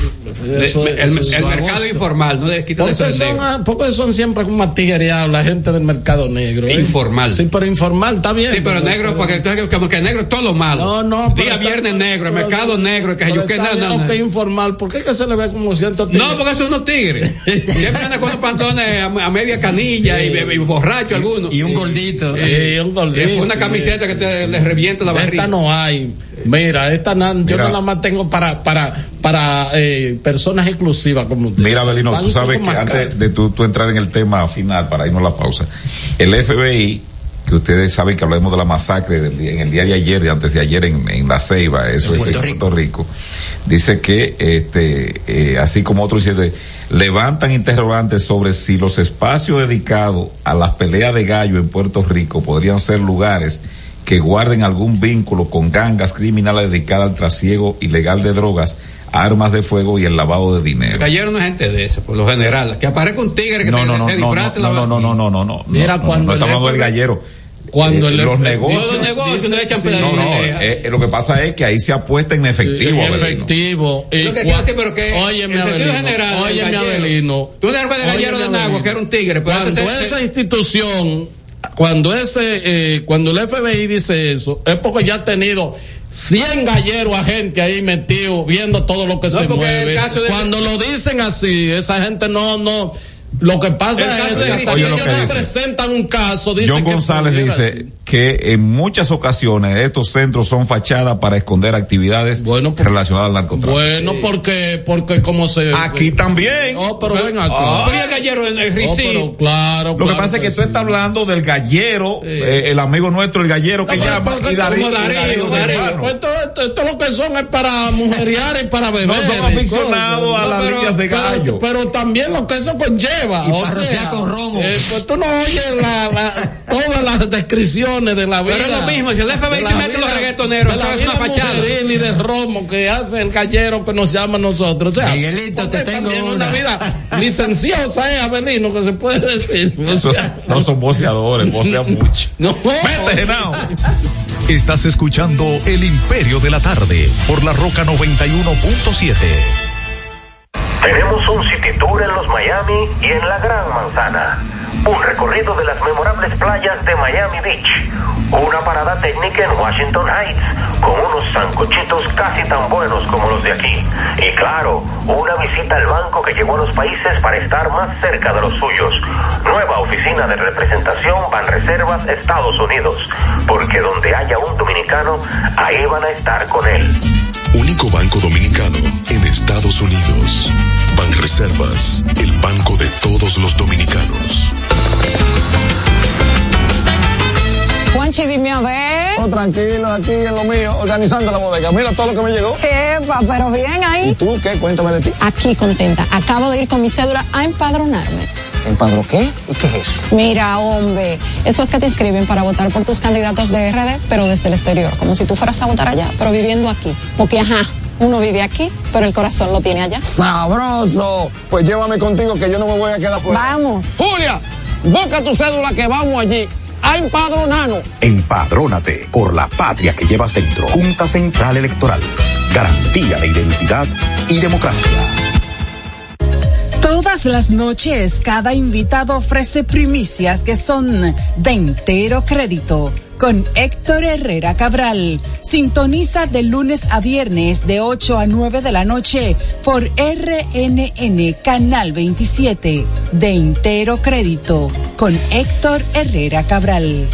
S2: Eso,
S15: el,
S2: eso
S15: el,
S2: es
S15: el mercado
S2: agosto.
S15: informal, no le quitan eso
S2: Porque
S15: de
S2: son,
S15: negro.
S2: ah, porque son siempre como atiguereados la gente del mercado negro. ¿eh?
S15: Informal.
S2: Sí, pero informal está bien.
S15: Sí, pero negro,
S2: pero,
S15: porque entonces como que negro es todo lo malo.
S2: No, no.
S15: Día
S2: pero
S15: viernes
S2: está,
S15: negro, el
S2: pero,
S15: mercado negro, que
S2: pero
S15: yo que
S2: está
S15: no,
S2: bien,
S15: no, no.
S2: aunque informal, ¿por qué que se le ve como ciento tigres?
S15: No, porque son unos tigres. Siempre andan con unos pantalones a, a media canilla y, y, y borracho algunos.
S4: Y un gordito.
S2: Y un gordito.
S15: Y una camiseta que te le revienta la barriga.
S2: Esta no hay. Mira, esta na, yo
S1: Mira.
S2: nada más tengo para para para eh, personas exclusivas como usted.
S1: Mira, Belino,
S2: Van
S1: tú sabes
S2: como
S1: que
S2: más
S1: antes
S2: caro.
S1: de tú, tú entrar en el tema final, para irnos a la pausa, el F B I, que ustedes saben que hablamos de la masacre del día- en el día de ayer y antes de ayer en, en La Ceiba, eso
S4: En
S1: es
S4: Puerto
S1: en Puerto Rico, dice que, este, eh, así como otros dicen, levantan interrogantes sobre si los espacios dedicados a las peleas de gallo en Puerto Rico podrían ser lugares que guarden algún vínculo con gangas criminales dedicadas al trasiego ilegal de drogas, armas de fuego y el lavado de dinero.
S15: El gallero no es gente de eso, por lo general. Que aparezca un tigre que
S1: No,
S15: se,
S1: no, no,
S15: se
S1: no,
S15: disfrace
S1: no,
S15: la
S1: no, no, no, no, no, no,
S2: Mira,
S1: no,
S2: cuando
S1: no, no
S2: el
S1: estamos hablando del
S2: F B I
S1: gallero.
S2: Cuando
S1: Eh,
S2: el
S1: los
S2: F B I
S1: negocios,
S15: Todos los negocios le echan plata.
S1: no, no, eh, eh, lo que pasa es que ahí se apuesta en efectivo,
S2: En
S1: Abelino.
S2: efectivo. Y
S15: Lo que
S2: cua-
S15: quiero decir, pero que
S2: Óyeme,
S15: en sentido
S2: Abelino,
S15: general, el
S2: óyeme,
S15: gallero.
S2: Abelino.
S15: Tú te acuerdas del gallero
S2: Óyeme,
S15: de Nagua,
S2: Abelino.
S15: que era un tigre, pero
S2: Cuando
S15: ese-
S2: esa institución, cuando ese, eh, cuando el F B I dice eso, es porque ya ha tenido cien galleros a gente ahí metido viendo todo lo que
S15: No,
S2: se
S15: porque
S2: mueve.
S15: el caso de-
S2: Cuando lo dicen así, esa gente no, no, lo que pasa
S15: El
S2: es
S15: caso
S2: que
S15: de-
S2: hasta
S1: oye
S2: que
S1: lo
S2: ellos
S1: que
S2: no
S1: dice.
S2: presentan un caso, dicen
S1: John
S2: que
S1: González
S2: pudiera
S1: dice
S2: ser.
S1: que en muchas ocasiones estos centros son fachadas para esconder actividades
S2: Bueno, por-
S1: relacionadas al narcotráfico.
S2: Bueno, porque, porque como se...
S1: Aquí también.
S2: No, pero ven acá.
S15: Ah, pero el gallero en el
S2: No,
S15: Ricí.
S2: pero claro,
S1: Lo que
S2: claro
S1: pasa es que tú
S2: sí.
S1: estás hablando del gallero, eh, el amigo nuestro, el gallero que
S2: No,
S1: llama,
S2: pero
S1: y Darío,
S2: como Darío,
S1: y Darío,
S2: Darío,
S1: hermano.
S2: pues esto, esto, esto lo que son es para mujerear y para beber.
S1: No son
S2: y
S1: aficionados
S2: cosas.
S1: a las
S2: pero-
S1: ligas de
S2: pero-
S1: gallo.
S2: Pero, también lo que eso conlleva.
S4: Y
S2: o
S4: para
S2: sea,
S4: rociar con romo.
S2: eh, pues tú no oyes la, la, todas las descripciones de la vida.
S15: Pero es lo mismo, si el F B I
S2: de
S15: se
S2: la
S15: mete los
S2: vida-
S15: reggaetoneros,
S2: de la
S15: eso es una
S2: vida
S15: fachada.
S2: mujeril y de romo que hace el gallero que nos llama a nosotros. O sea,
S4: Miguelito, te
S2: porque
S4: tengo
S2: también
S4: una.
S2: una vida licenciosa, eh, Abelino, que se puede decir. O
S1: No son-
S2: sea,
S1: no son voceadores, vocean mucho.
S2: no.
S1: Vete, Genao.
S5: Estás escuchando El Imperio de la Tarde por la Roca noventa y uno punto siete.
S16: Tenemos un city tour en los Miami y en la Gran Manzana. Un recorrido de las memorables playas de Miami Beach. Una parada técnica en Washington Heights, con unos sancochitos casi tan buenos como los de aquí. Y claro, una visita al banco que llegó a los países para estar más cerca de los suyos. Nueva oficina de representación Banreservas Estados Unidos. Porque donde haya un dominicano, ahí van a estar con él.
S17: Único banco dominicano en Estados Unidos. Banreservas, el banco de todos los dominicanos.
S13: Juanchi, dime a ver.
S14: Oh, tranquilo, aquí en lo mío, organizando la bodega. Mira todo lo que me llegó.
S13: Epa, pero bien
S14: ¿Y
S13: ahí.
S14: tú qué? Cuéntame de ti.
S13: Aquí contenta. Acabo de ir con mi cédula a empadronarme.
S14: ¿Empadró qué? ¿Y qué es eso?
S13: Mira, hombre, eso es que te inscriben para votar por tus candidatos de R D, pero desde el exterior, como si tú fueras a votar allá, pero viviendo aquí. Porque, ajá, uno vive aquí, pero el corazón lo tiene allá.
S14: ¡Sabroso! Pues llévame contigo que yo no me voy a quedar fuera.
S13: Vamos.
S14: Julia, busca tu cédula que vamos allí a empadronarnos.
S18: Empadrónate por la patria que llevas dentro. Junta Central Electoral. Garantía de identidad y democracia.
S9: Todas las noches, cada invitado ofrece primicias que son de entero crédito. Con Héctor Herrera Cabral. Sintoniza de lunes a viernes de ocho a nueve de la noche por R N N Canal veintisiete. De entero crédito. Con Héctor Herrera Cabral.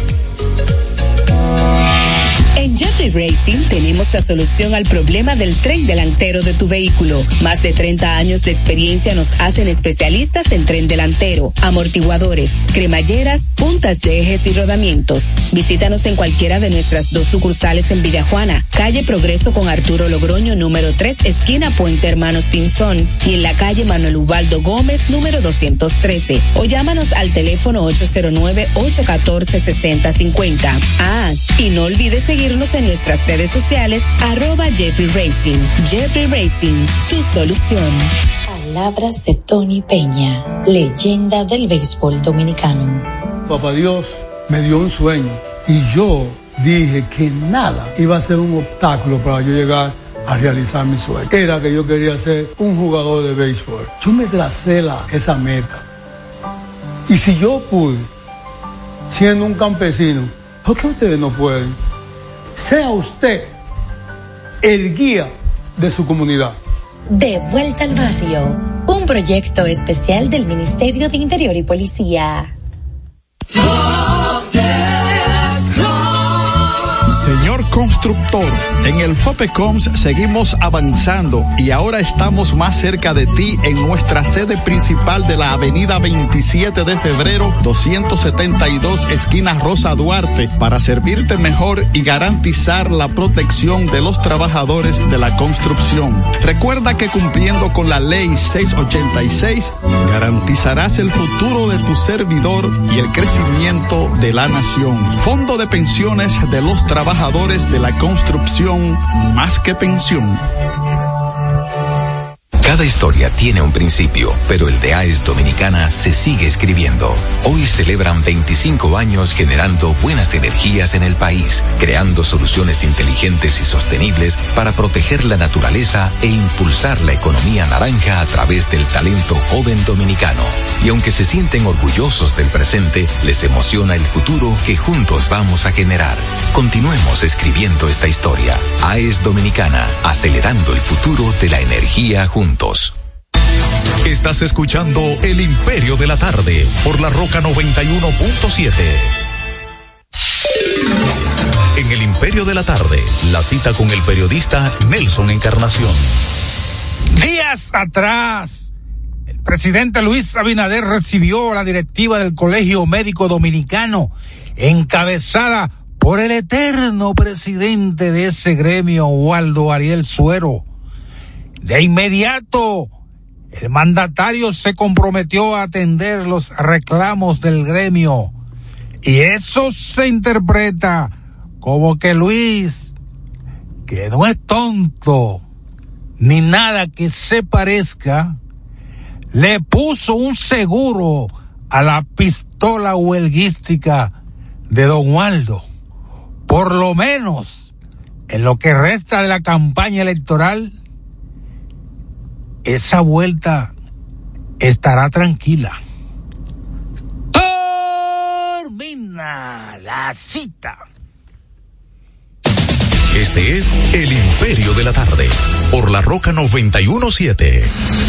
S8: En Jeffrey Racing tenemos la solución al problema del tren delantero de tu vehículo. Más de treinta años de experiencia nos hacen especialistas en tren delantero, amortiguadores, cremalleras, puntas de ejes y rodamientos. Visítanos en cualquiera de nuestras dos sucursales en Villajuana, calle Progreso con Arturo Logroño número tres, esquina Puente Hermanos Pinzón, y en la calle Manuel Ubaldo Gómez número doscientos trece. O llámanos al teléfono ocho cero nueve, ocho uno cuatro, seis cero cinco cero. Ah, y no olvides seguirnos en nuestras redes sociales, arroba Jeffrey Racing. Jeffrey Racing, tu solución.
S11: Palabras de Tony Peña, leyenda del béisbol dominicano.
S12: Papá Dios me dio un sueño y yo dije que nada iba a ser un obstáculo para yo llegar a realizar mi sueño. Era que yo quería ser un jugador de béisbol. Yo me tracé la, esa meta. Y si yo pude, siendo un campesino, ¿por qué ustedes no pueden? Sea usted el guía de su comunidad.
S11: De vuelta al barrio, un proyecto especial del Ministerio de Interior y Policía.
S10: Señor constructor, en el FOPECOMS seguimos avanzando y ahora estamos más cerca de ti en nuestra sede principal de la avenida veintisiete de febrero, doscientos setenta y dos, esquina Rosa Duarte, para servirte mejor y garantizar la protección de los trabajadores de la construcción. Recuerda que cumpliendo con la ley seiscientos ochenta y seis, garantizarás el futuro de tu servidor y el crecimiento de la nación. Fondo de pensiones de los trabajadores de la construcción, más que pensión.
S5: Cada historia tiene un principio, pero el de A E S Dominicana se sigue escribiendo. Hoy celebran veinticinco años generando buenas energías en el país, creando soluciones inteligentes y sostenibles para proteger la naturaleza e impulsar la economía naranja a través del talento joven dominicano. Y aunque se sienten orgullosos del presente, les emociona el futuro que juntos vamos a generar. Continuemos escribiendo esta historia. A E S Dominicana, acelerando el futuro de la energía juntos.
S19: Estás escuchando El Imperio de la Tarde por La Roca noventa y uno punto siete. En El Imperio de la Tarde, la cita con el periodista Nelson Encarnación.
S20: Días atrás, el presidente Luis Abinader recibió la directiva del Colegio Médico Dominicano, encabezada por el eterno presidente de ese gremio, Waldo Ariel Suero. De inmediato, el mandatario se comprometió a atender los reclamos del gremio, y eso se interpreta como que Luis, que no es tonto, ni nada que se parezca, le puso un seguro a la pistola huelguística de don Waldo. Por lo menos, en lo que resta de la campaña electoral, esa vuelta estará tranquila. Termina la cita.
S19: Este es El Imperio de la Tarde por La Roca noventa y uno punto siete.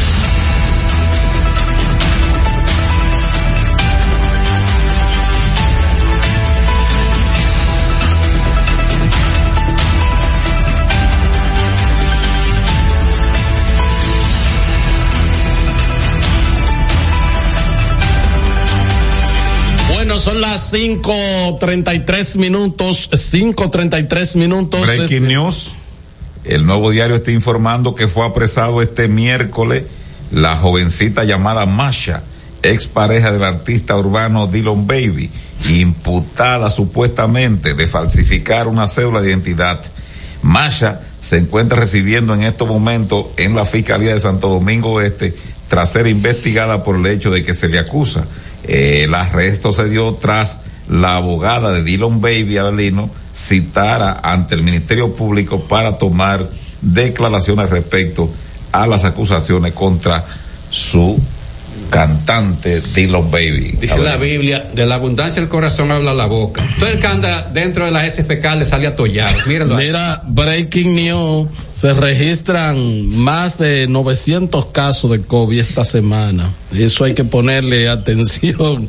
S2: Son las cinco treinta y tres minutos, cinco treinta y tres minutos.
S1: Breaking este... news. El Nuevo Diario está informando que fue apresado este miércoles la jovencita llamada Masha, ex pareja del artista urbano Dylan Baby, imputada supuestamente de falsificar una cédula de identidad. Masha se encuentra recibiendo en estos momentos en la Fiscalía de Santo Domingo Este tras ser investigada por el hecho de que se le acusa. Eh, el arresto se dio tras la abogada de Dylan Baby, Avelino, citara ante el Ministerio Público para tomar declaraciones respecto a las acusaciones contra su cantante Dylan Baby.
S15: Dice la Biblia, de la abundancia del corazón habla la boca. Todo el que anda dentro de la S F K le sale atollado. Mírenlo.
S2: Mira, breaking news, se registran más de novecientos casos de COVID esta semana. Eso hay que ponerle atención.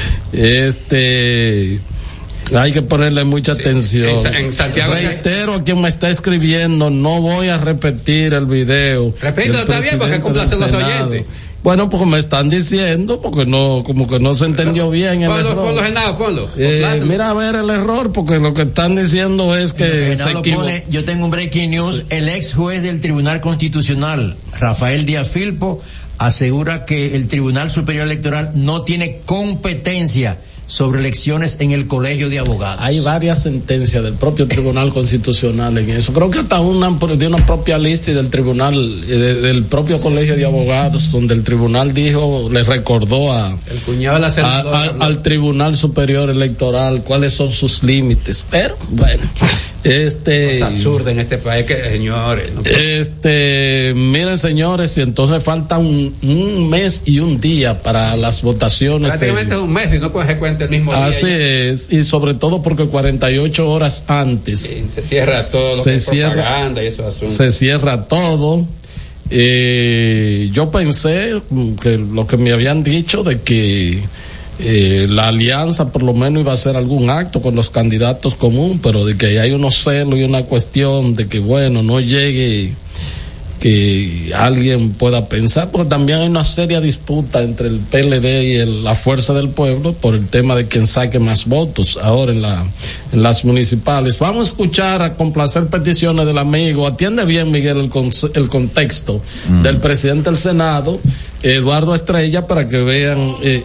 S2: Este... Hay que ponerle mucha sí, atención. En, en Santiago, reitero a quien me está escribiendo, no voy a repetir el video.
S15: Repito, está bien, porque complace los oyentes.
S2: Bueno, porque me están diciendo, porque no, como que no se entendió bien el
S15: ponlo,
S2: error.
S15: Ponlo, Genaro, ponlo.
S2: Eh, mira a ver el error, porque lo que están diciendo es que se equivocó.
S4: Yo tengo un breaking news. Sí. El ex juez del Tribunal Constitucional, Rafael Díaz Filpo, asegura que el Tribunal Superior Electoral no tiene competencia sobre elecciones en el Colegio de Abogados.
S2: Hay varias sentencias del propio Tribunal Constitucional en eso. Creo que hasta una de una propia lista y del Tribunal, de, del propio Colegio de Abogados, donde el Tribunal dijo, le recordó a,
S15: el cuñado de la senadora,
S2: a, a, al Tribunal Superior Electoral cuáles son sus límites. Pero, bueno, Este.
S15: Es absurdo en este país, que señores. No
S2: este, miren, señores, y entonces falta un, un mes y un día para las votaciones.
S15: Prácticamente de, un mes, y no coge cuenta el mismo
S2: así
S15: día. Así
S2: es, y sobre todo porque cuarenta y ocho horas antes.
S15: Sí, se cierra todo lo
S2: se
S15: que es
S2: cierra,
S15: propaganda y esos asuntos.
S2: Se cierra todo. Eh, yo pensé que lo que me habían dicho de que Eh, la alianza por lo menos iba a hacer algún acto con los candidatos común, pero de que hay unos celos y una cuestión de que bueno, no llegue, que alguien pueda pensar, porque también hay una seria disputa entre el P L D y el, la Fuerza del Pueblo por el tema de quién saque más votos ahora en la en las municipales. Vamos a escuchar, a complacer peticiones del amigo. Atiende bien, Miguel, el, con, el contexto mm. del presidente del Senado, Eduardo Estrella, para que vean... Eh,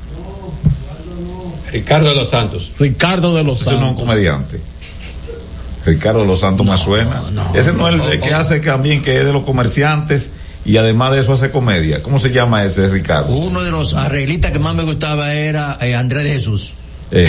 S15: Ricardo de los Santos.
S2: Ricardo de los Santos.
S1: Es un comediante. Ricardo de los Santos no, me suena. No, Ese no es el no, que no. hace también, que es de los comerciantes y además de eso hace comedia. ¿Cómo se llama ese Ricardo?
S4: Uno de los arreglistas que más me gustaba era eh, Andrés de Jesús.
S1: Eh.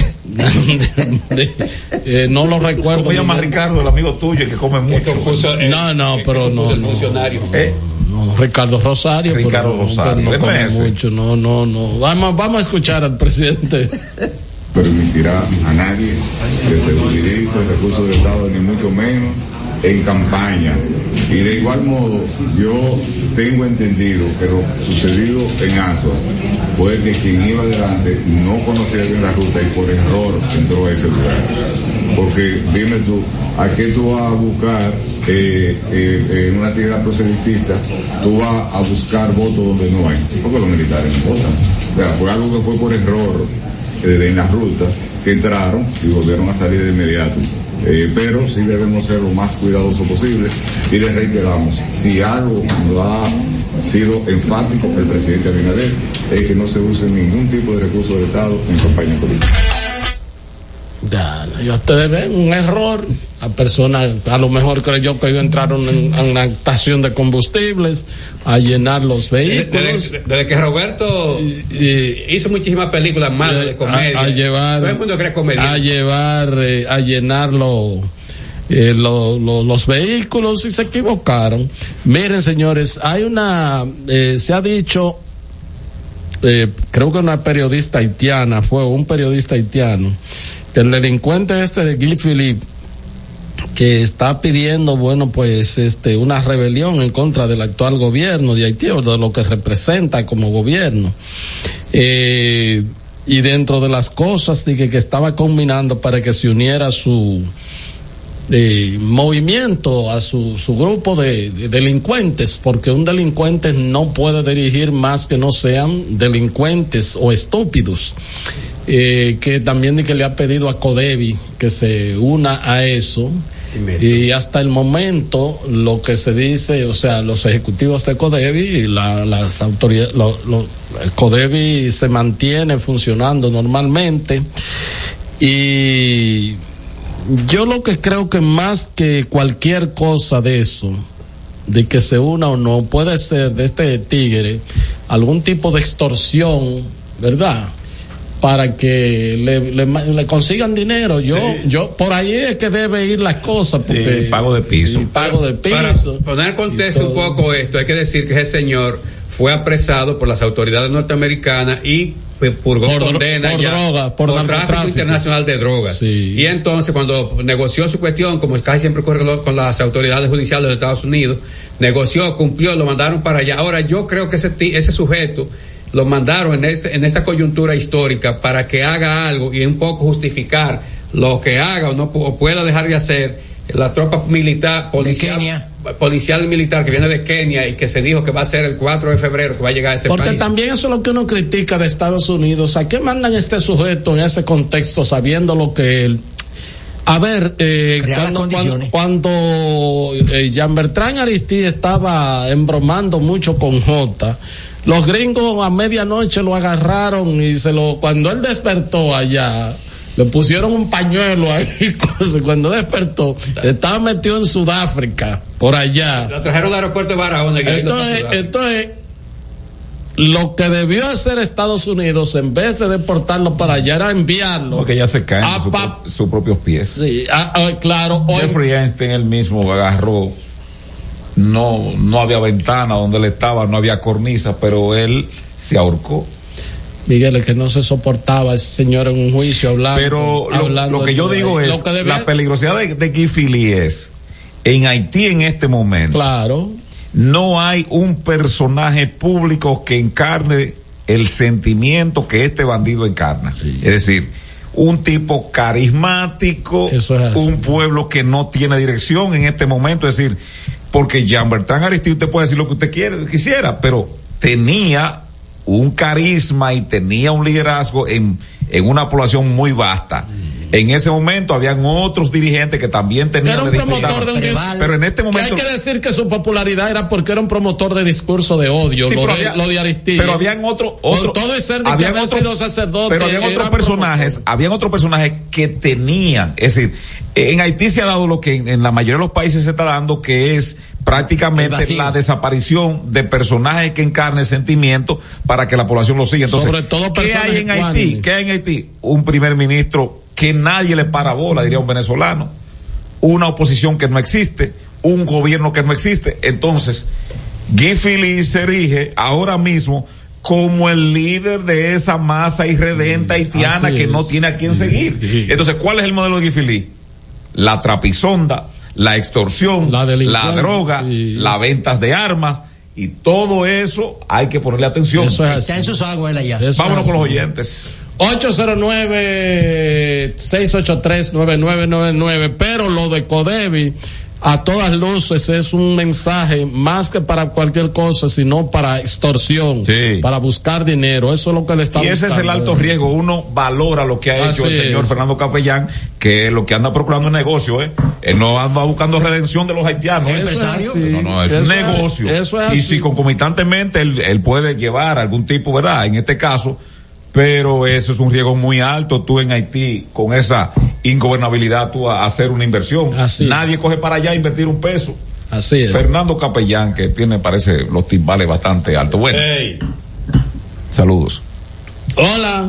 S2: eh, no lo recuerdo.
S1: ¿Cómo se llama Ricardo, el amigo tuyo, el que come mucho?
S15: Compuso, eh,
S2: no, no, pero no.
S15: El funcionario.
S2: No, eh. no, Ricardo Rosario.
S1: Ricardo
S2: pero
S1: Rosario.
S2: No, no come mucho. No, no, no. Vamos, vamos a escuchar al presidente.
S3: Permitirá a nadie que se utilice recursos de Estado, ni mucho menos en campaña. Y de igual modo, yo tengo entendido que lo sucedido en Azua fue que quien iba adelante no conocía bien la ruta y por error entró a ese lugar. Porque dime tú, ¿a qué tú vas a buscar eh, eh, en una actividad proselitista? Tú vas a buscar votos donde no hay, porque los militares no votan. O sea, fue algo que fue por error eh, en la ruta, que entraron y volvieron a salir de inmediato. Eh, pero sí debemos ser lo más cuidadosos posible y les reiteramos, si algo lo ha sido enfático el presidente Abinader, es que no se use ningún tipo de recurso de Estado en campaña política.
S2: Ya, ya ustedes ven un error. La persona a lo mejor creyó que ellos entraron en, en una estación de combustibles a llenar los vehículos.
S15: Desde, desde que Roberto y, y, hizo muchísimas películas malas de comedia.
S2: A, a llevar,
S15: todo el mundo cree comedia.
S2: A llevar, eh, a llenar lo, eh, lo, lo, los vehículos y se equivocaron. Miren, señores, hay una, eh, se ha dicho, eh, creo que una periodista haitiana, fue un periodista haitiano, que el delincuente este de Guy Philippe, que está pidiendo, bueno, pues, este, una rebelión en contra del actual gobierno de Haití, o de lo que representa como gobierno. Eh, y dentro de las cosas dije que estaba combinando para que se uniera su eh, movimiento, a su, su grupo de, de delincuentes, porque un delincuente no puede dirigir más que no sean delincuentes o estúpidos. Eh, que también de que le ha pedido a Codevi que se una a eso. Y hasta el momento lo que se dice, o sea, los ejecutivos de Codevi y la, las autoridades, lo, lo, Codevi se mantiene funcionando normalmente. Y yo lo que creo que más que cualquier cosa de eso, de que se una o no, puede ser de este tigre algún tipo de extorsión, ¿verdad?, para que le, le, le consigan dinero. Yo, sí. yo, por ahí es que debe ir las cosas, porque
S1: sí, pago de piso.
S2: Sí, pago de piso.
S15: Para poner en contexto un poco esto, hay que decir que ese señor fue apresado por las autoridades norteamericanas y purgó
S2: por,
S15: condena
S2: por
S15: ya
S2: droga, por,
S15: por tráfico internacional de drogas.
S2: Sí.
S15: Y entonces cuando negoció su cuestión, como casi siempre ocurre con las autoridades judiciales de Estados Unidos, negoció, cumplió, lo mandaron para allá. Ahora yo creo que ese, ese sujeto lo mandaron en este, en esta coyuntura histórica para que haga algo y un poco justificar lo que haga o no o pueda dejar de hacer la tropa militar policial, policial y militar que viene de Kenia y que se dijo que va a ser el cuatro de febrero que va a llegar a ese
S2: Porque
S15: país.
S2: Porque también eso es lo que uno critica de Estados Unidos. ¿A qué mandan este sujeto en ese contexto sabiendo lo que él... A ver, eh, cuando, cuando, cuando eh, Jean Bertrand Aristide estaba embromando mucho con Jota, los gringos a medianoche lo agarraron y se lo, cuando él despertó allá, le pusieron un pañuelo ahí, cuando despertó, estaba metido en Sudáfrica, por allá.
S15: Lo trajeron al aeropuerto de Barahona.
S2: Entonces, entonces, lo que debió hacer Estados Unidos en vez de deportarlo para allá era enviarlo.
S1: Porque ya se caen a su, pa- sus propios pies.
S2: Sí, a, a, claro.
S1: Jeffrey Einstein él mismo agarró, no, no había ventana donde él estaba, no había cornisa, pero él se ahorcó.
S2: Miguel, es que no se soportaba ese señor en un juicio hablando.
S1: Pero lo,
S2: hablando
S1: lo que yo digo
S2: ahí.
S1: es,
S2: que debía...
S1: la peligrosidad de, de Guy Philly es, en Haití en este momento.
S2: Claro.
S1: No hay un personaje público que encarne el sentimiento que este bandido encarna. Sí. Es decir, un tipo carismático, un pueblo que no tiene dirección en este momento. Es decir, porque Jean Bertrand Aristide usted puede decir lo que usted quiere, quisiera, pero tenía un carisma y tenía un liderazgo en, en una población muy vasta. En ese momento habían otros dirigentes que también tenían
S2: era un promotor de un discurso,
S1: pero en este momento
S2: hay que decir que su popularidad era porque era un promotor de discurso de odio,
S1: sí,
S2: lo, de,
S1: había,
S2: lo de Aristide.
S1: Pero habían otro, otro
S2: todo es ser de que habían otro, sido sacerdote,
S1: pero habían otros personajes, promotor. habían otros personajes que tenían, es decir, en Haití se ha dado lo que en, en la mayoría de los países se está dando, que es prácticamente la desaparición de personajes que encarnen sentimientos para que la población lo siga. Entonces,
S2: sobre todo
S1: ¿qué hay en Haití? ¿Qué hay en Haití? Un primer ministro que nadie le para bola, diría un venezolano, una oposición que no existe, un gobierno que no existe. Entonces, Guy Philly se erige ahora mismo como el líder de esa masa irredenta haitiana que es. no tiene a quién seguir. Sí. Entonces, ¿cuál es el modelo de Guy Philly? La trapisonda, la extorsión, la, la droga, sí. las ventas de armas, y todo eso hay que ponerle atención.
S4: Eso es Está en sus aguas él allá.
S1: Eso Vámonos con los oyentes.
S2: ocho cero nueve, seis ocho tres, nueve nueve nueve nueve, pero lo de Codevi a todas luces es un mensaje más que para cualquier cosa, sino para extorsión, sí. para buscar dinero. Eso es lo que le está
S1: y ese
S2: buscando,
S1: es el alto riesgo. Uno valora lo que ha hecho Así el señor es. Fernando Capellán, que lo que anda procurando es negocio, ¿eh? Él no anda buscando redención de los haitianos. ¿eh?
S2: Es
S1: no, no, es
S2: eso
S1: un negocio.
S2: Es, eso es
S1: y
S2: así.
S1: si concomitantemente él, él puede llevar algún tipo, ¿verdad? En este caso, pero eso es un riesgo muy alto. Tú en Haití, con esa ingobernabilidad, tú a hacer una inversión.
S2: Así
S1: Nadie
S2: es.
S1: coge para allá a invertir un peso.
S2: Así es.
S1: Fernando Capellán, que tiene, parece, los timbales bastante altos. Bueno.
S2: Hey.
S1: Saludos.
S2: Hola.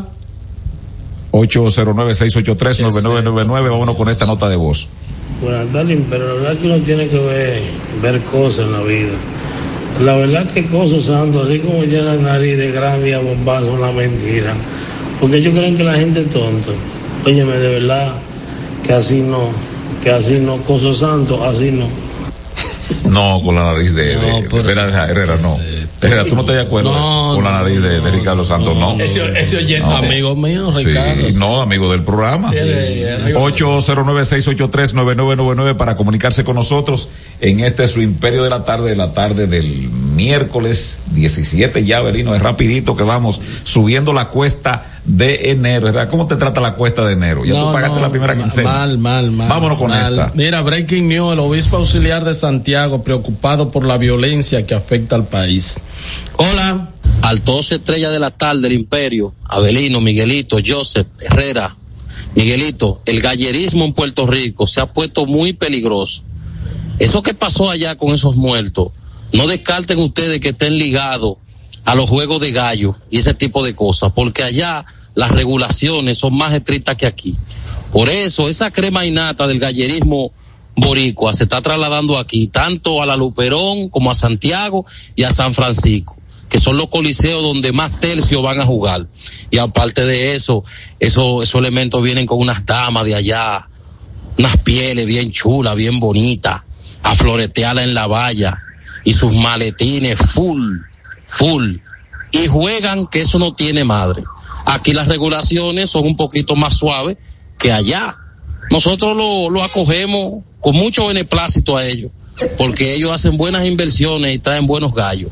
S1: ocho cero nueve, seis ocho tres, nueve nueve nueve nueve. Vámonos con esta nota de voz.
S21: Buenas tardes, pero la verdad que uno tiene que ver, ver cosas en la vida. La verdad que cosas, santo, así como ya la nariz de grande y a bombazo, una mentira. Porque ellos creen que la gente es tonta. Óyeme, de verdad, que así no, que así no, cosas santo, así no.
S1: No, con la nariz de, de,
S2: no,
S1: de Herrera, Herrera, no. Herrera, ¿tú no te de acuerdo
S2: no,
S1: con la nariz de, de Ricardo Santos? No.
S2: Ese, ese oyente, no. amigo mío, Ricardo.
S1: Sí, no, amigo del programa. ocho cero nueve, seis ocho tres, nueve nueve nueve nueve para comunicarse con nosotros en este su imperio de la tarde, de la tarde del miércoles diecisiete ya, Belino, es rapidito que vamos subiendo la cuesta de enero, ¿verdad? ¿Cómo te trata la cuesta de enero? Ya
S2: no,
S1: tú pagaste
S2: no,
S1: la primera quincena.
S2: Mal, mal, mal.
S1: Vámonos con
S2: mal.
S1: esta.
S2: Mira, breaking news, el obispo auxiliar de Santiago preocupado por la violencia que afecta al país. Hola.
S22: Al doce estrellas de la tarde, el imperio, Abelino, Miguelito, Joseph, Herrera, Miguelito, el gallerismo en Puerto Rico se ha puesto muy peligroso. Eso que pasó allá con esos muertos, no descarten ustedes que estén ligados a los juegos de gallo y ese tipo de cosas, porque allá las regulaciones son más estrictas que aquí. Por eso, esa crema innata del gallerismo boricua se está trasladando aquí, tanto a la Luperón como a Santiago y a San Francisco, que son los coliseos donde más tercios van a jugar. Y aparte de eso, eso esos elementos vienen con unas damas de allá, unas pieles bien chulas, bien bonitas, a floretearla en la valla, y sus maletines full, full, y juegan que eso no tiene madre. Aquí las regulaciones son un poquito más suaves que allá. Nosotros lo, lo acogemos con mucho beneplácito a ellos, porque ellos hacen buenas inversiones y traen buenos gallos.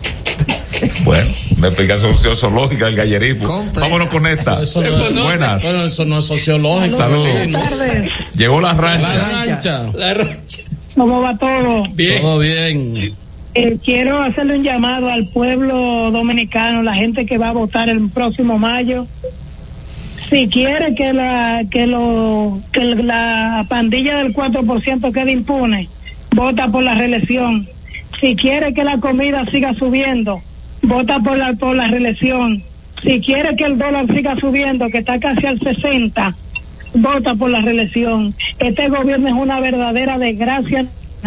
S1: Bueno, una explicación sociológica del gallerismo. Comple. Vámonos con esta.
S2: Eso no es,
S1: Buenas.
S2: Bueno, eso no es sociológico.
S1: Saludos. Llegó la rancha.
S2: La rancha.
S21: La rancha.
S23: ¿Cómo va todo?
S2: Bien. Todo bien.
S23: Eh, quiero hacerle un llamado al pueblo dominicano, la gente que va a votar el próximo mayo. Si quiere que la que lo que la pandilla del cuatro por ciento quede impune, vota por la reelección. Si quiere que la comida siga subiendo, vota por la, por la reelección. Si quiere que el dólar siga subiendo, que está casi al sesenta, vota por la reelección. Este gobierno es una verdadera desgracia.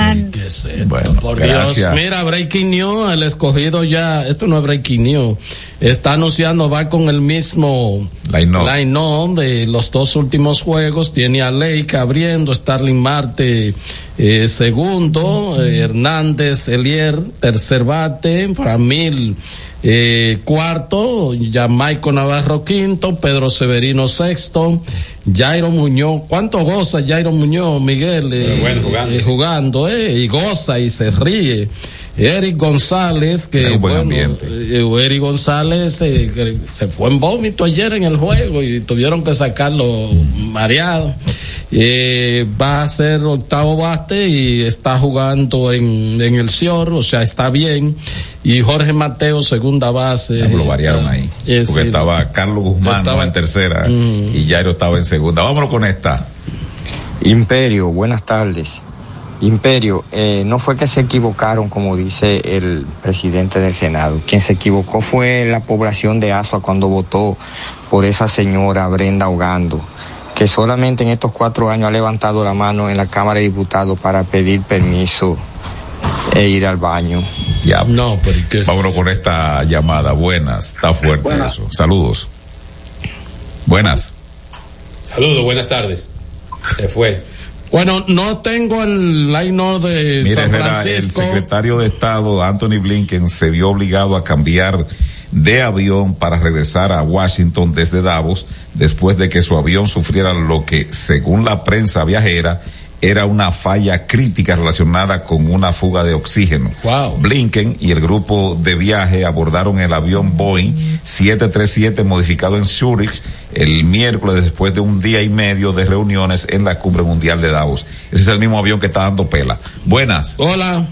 S2: Bueno, por Dios, mira, Breaking News, el escogido ya, esto no es Breaking News, está anunciando, va con el mismo line-on de los dos últimos juegos, tiene a Leica abriendo, Starling Marte eh, segundo, eh, Hernández Elier tercer bate, Framil Eh, cuarto, Jamaico Navarro quinto, Pedro Severino sexto, Jairo Muñoz, ¿cuánto goza Jairo Muñoz, Miguel? Eh, bueno, jugando. Eh, jugando, eh, y goza y se ríe. Eric González, que bueno, eh, Eric González eh, que se fue en vómito ayer en el juego y tuvieron que sacarlo mareado. Eh, va a ser octavo bate y está jugando en, en el S I O R, o sea, está bien. Y Jorge Mateo, segunda base.
S1: Ya lo variaron ahí. Eh, porque sí, estaba Carlos Guzmán estaba, no, en tercera mm. y Jairo estaba en segunda. Vámonos con esta.
S6: Imperio, buenas tardes. Imperio, eh, no fue que se equivocaron, como dice el presidente del Senado. Quien se equivocó fue la población de Asua cuando votó por esa señora Brenda Ogando, que solamente en estos cuatro años ha levantado la mano en la Cámara de Diputados para pedir permiso e ir al baño.
S1: Ya. No, pero ¿qué es? Vámonos con esta llamada. Buenas, está fuerte buenas. Eso. Saludos. Buenas.
S15: Saludos, buenas tardes. Se fue.
S2: Bueno, no tengo el line de Mira, San Francisco.
S1: El secretario de Estado, Anthony Blinken, se vio obligado a cambiar de avión para regresar a Washington desde Davos, después de que su avión sufriera lo que, según la prensa viajera, era una falla crítica relacionada con una fuga de oxígeno. Wow. Blinken y el grupo de viaje abordaron el avión Boeing siete treinta y siete modificado en Zurich el miércoles después de un día y medio de reuniones en la Cumbre Mundial de Davos. Ese es el mismo avión que está dando pela. Buenas.
S2: Hola.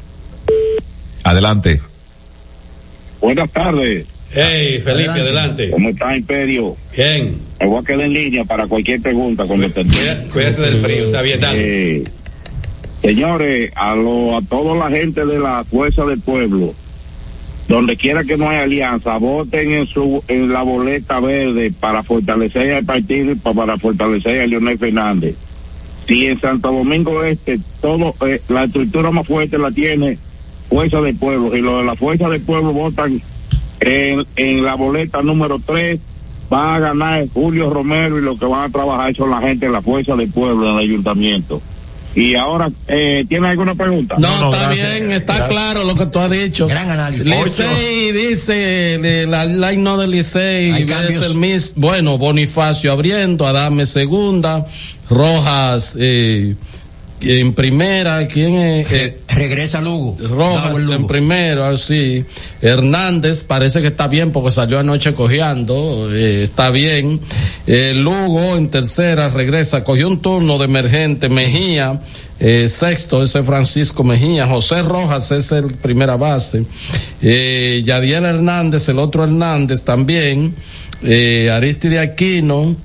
S1: Adelante.
S7: Buenas tardes.
S15: Hey, Felipe, adelante. adelante.
S7: ¿Cómo está, Imperio?
S15: Bien.
S7: Me voy a quedar en línea para cualquier pregunta cuando termine.
S15: Cuídate del frío, está bien, dale.
S7: Eh, señores, a, lo, a toda la gente de la Fuerza del Pueblo, donde quiera que no haya alianza, voten en su en la boleta verde para fortalecer al partido y para, para fortalecer a Leonel Fernández. Si en Santo Domingo Este, todo eh, la estructura más fuerte la tiene Fuerza del Pueblo, y los de la Fuerza del Pueblo votan En, en la boleta número tres, va a ganar Julio Romero, y lo que van a trabajar son la gente de la Fuerza del Pueblo en el ayuntamiento. Y ahora, eh, ¿tiene alguna pregunta?
S2: No, no, está gracias, bien, está gracias. Claro lo que tú has dicho.
S4: Gran análisis.
S2: Licey dice, la line no de Licey, es el mismo, bueno, Bonifacio abriendo, Adame segunda, Rojas, eh, en primera, ¿quién es? Eh,
S4: Regresa Lugo.
S2: Rojas Lugo. En primero, así. Hernández parece que está bien porque salió anoche cojeando, eh, está bien. Eh, Lugo en tercera, regresa, cogió un turno de emergente. Mejía, eh, sexto, ese Francisco Mejía. José Rojas es el primera base. Eh, Yadiel Hernández, el otro Hernández también. Eh, Aristide Aquino.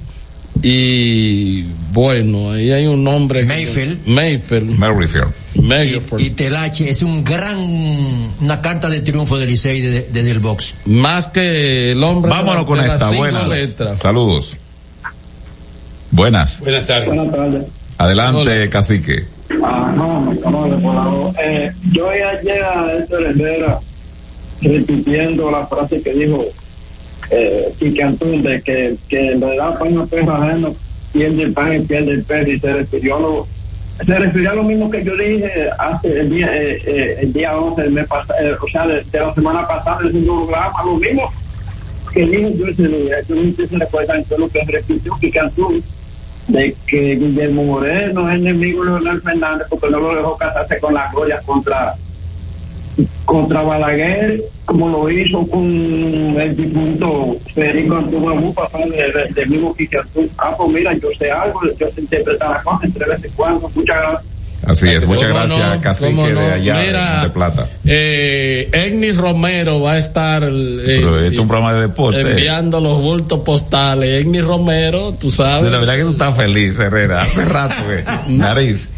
S2: Y bueno, ahí hay un nombre.
S4: Mayfield.
S2: Mayfield.
S1: Merrifield.
S4: Mayfield. Y, y Telache es un gran, una carta de triunfo del Licey desde de, de el box.
S2: Más que el hombre.
S1: Vámonos con esta. Buenas. Letras. Saludos. Buenas.
S15: Buenas tardes.
S16: Buenas tardes.
S1: Adelante, Hola. Cacique.
S16: Ah, no, no, no, no eh, yo ayer a Héctor Herrera repitiendo la frase que dijo eh, Quique Antún de que, que le da pan a perro ajeno, pierde el pan y pierde el perro, y se refirió a lo, se refirió a lo mismo que yo dije hace el día eh, eh, el día once del mes pasado, eh, o sea, de, de la semana pasada en el programa, lo mismo que dijo yo ese día. Entonces se recuerdan todo lo que repitió Quique Antún, de que Guillermo Moreno es enemigo de Leonel Fernández porque no lo dejó casarse con las glorias contra contra Balaguer, como lo hizo con el difunto Federico Antúnez Mupa, del de mismo Quique Antún. Ah, pues mira, yo sé algo, yo sé interpretar las cosas entre vez en cuando. Muchas gracias.
S1: Así es, muchas gracias,
S2: no,
S1: Cacique
S2: no.
S1: de allá
S2: Mira,
S1: de Plata.
S2: Eh, Egni Romero va a estar eh,
S1: Pero esto es un programa de deporte.
S2: enviando los bultos postales. Egni Romero, tú sabes.
S1: Sí, la verdad que tú estás feliz, Herrera. Hace rato, eh. Nariz.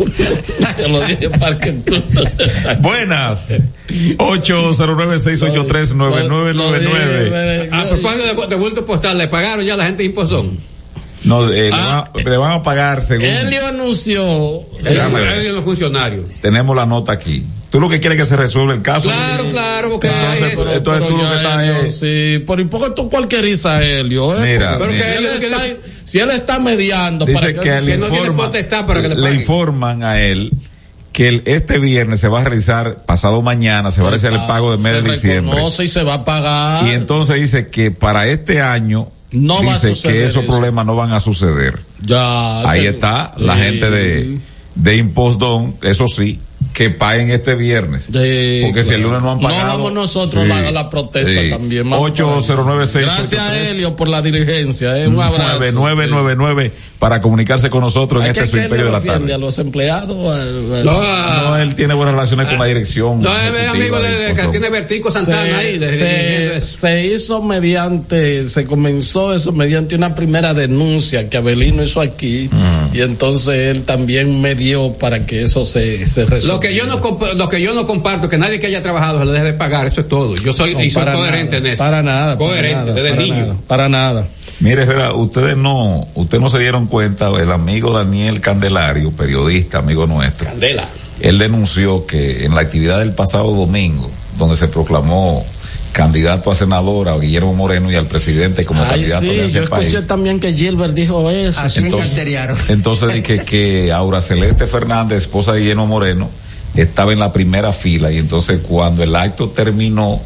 S2: Yo lo dije para que tú.
S1: Buenas. ocho cero nueve, seis ocho tres, nueve nueve nueve nueve.
S15: A propósito de, de bultos postales, ¿le pagaron ya la gente de Impostón?
S1: No, eh,
S2: Ah.
S1: le, van, le van a pagar según.
S2: Elio anunció.
S15: Elio los funcionarios.
S1: Tenemos la nota aquí. Tú lo que quieres es que se resuelva el caso.
S15: Claro, claro, porque
S1: entonces,
S15: hay-
S1: pero, entonces
S2: Pero
S1: tú lo
S2: ya
S1: que estás
S2: Elio,
S1: es-
S2: sí, pero ¿y por qué tú cualquieriza Helio? Eh?
S1: Mira,
S2: Porque
S1: mira.
S2: si, él está, si él está mediando
S1: Dice
S2: para
S1: que,
S2: que,
S1: le,
S2: si él no tiene
S1: informa-
S2: potestad para que le
S1: le
S2: paguen.
S1: informan a él que el- este viernes se va a realizar, pasado mañana, se va a realizar el pago del mes de
S2: se
S1: diciembre.
S2: reconoce y se va a pagar.
S1: Y entonces dice que para este año
S2: No va a
S1: dice
S2: suceder
S1: que esos
S2: eso.
S1: problemas no van a suceder.
S2: Ya.
S1: Ahí
S2: que-
S1: está la
S2: sí.
S1: gente de, de Impostón, eso sí, que paguen este viernes.
S2: Sí,
S1: porque si el
S2: claro.
S1: lunes no han pagado.
S2: No vamos nosotros
S1: sí,
S2: a la, a la protesta
S1: sí.
S2: también. Vamos
S1: ocho cero nueve, seis ocho tres.
S2: Gracias a Helio por la diligencia. Eh, un abrazo.
S1: nueve nueve nueve nueve para comunicarse con nosotros en
S2: Hay
S1: este
S2: que
S1: su imperio de la
S2: defiende
S1: tarde.
S2: a los empleados. al- al-
S1: No, él tiene buenas relaciones con la dirección.
S15: No, es
S1: ejecutiva
S15: amigo de, de que
S1: Impostón.
S15: tiene Vertico Santana
S2: se,
S15: ahí. De,
S2: se-
S15: dirigiendo eso.
S2: se hizo mediante, se comenzó eso mediante una primera denuncia que Abelino hizo aquí y entonces él también medió para que eso se, se resuelva.
S15: Lo que yo no comp- lo que yo no comparto, que nadie que haya trabajado se le deje de pagar, eso es todo. Yo soy,
S2: No,
S15: y soy
S2: para
S15: coherente
S2: nada,
S15: en eso.
S2: para nada, para
S15: Coherente,
S2: nada,
S15: desde
S2: para
S15: niño.
S2: nada, para nada.
S1: Mire, Herrera, ustedes no, ustedes no se dieron cuenta, el amigo Daniel Candelario, periodista, amigo nuestro.
S15: Candela.
S1: Él denunció que en la actividad del pasado domingo, donde se proclamó candidato a senador a Guillermo Moreno y al presidente como
S2: Ay,
S1: candidato
S2: sí,
S1: de ese
S2: yo escuché
S1: país.
S2: también que Gilbert dijo eso.
S1: Entonces, entonces dije que Aura Celeste Fernández, esposa de Guillermo Moreno, estaba en la primera fila y entonces cuando el acto terminó,